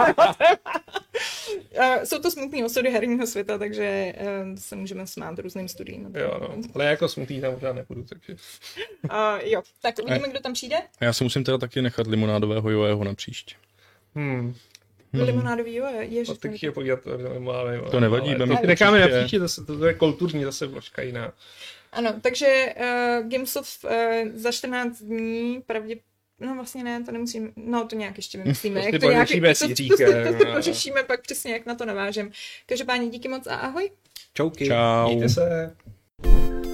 Jsou to smutný osudy herního světa, takže se můžeme smát různým studiím. Jo, no. Ale jako smutný tam možná nepůjdu, takže... Jo, tak uvidíme, kdo tam přijde. A já si musím teda taky nechat limonádového Joého na příště. Limonádový je tak je podívat, to nevadí, to necháme na příště, to je kulturní zase vložka jiná. Ano, takže Gamesoft za 14 dní no vlastně ne, to nemusím, no to nějak ještě vymyslíme. Prostě to pořešíme pak přesně, jak na to navážem. Každopádně díky moc a ahoj. Čauky. Čau. Mějte se.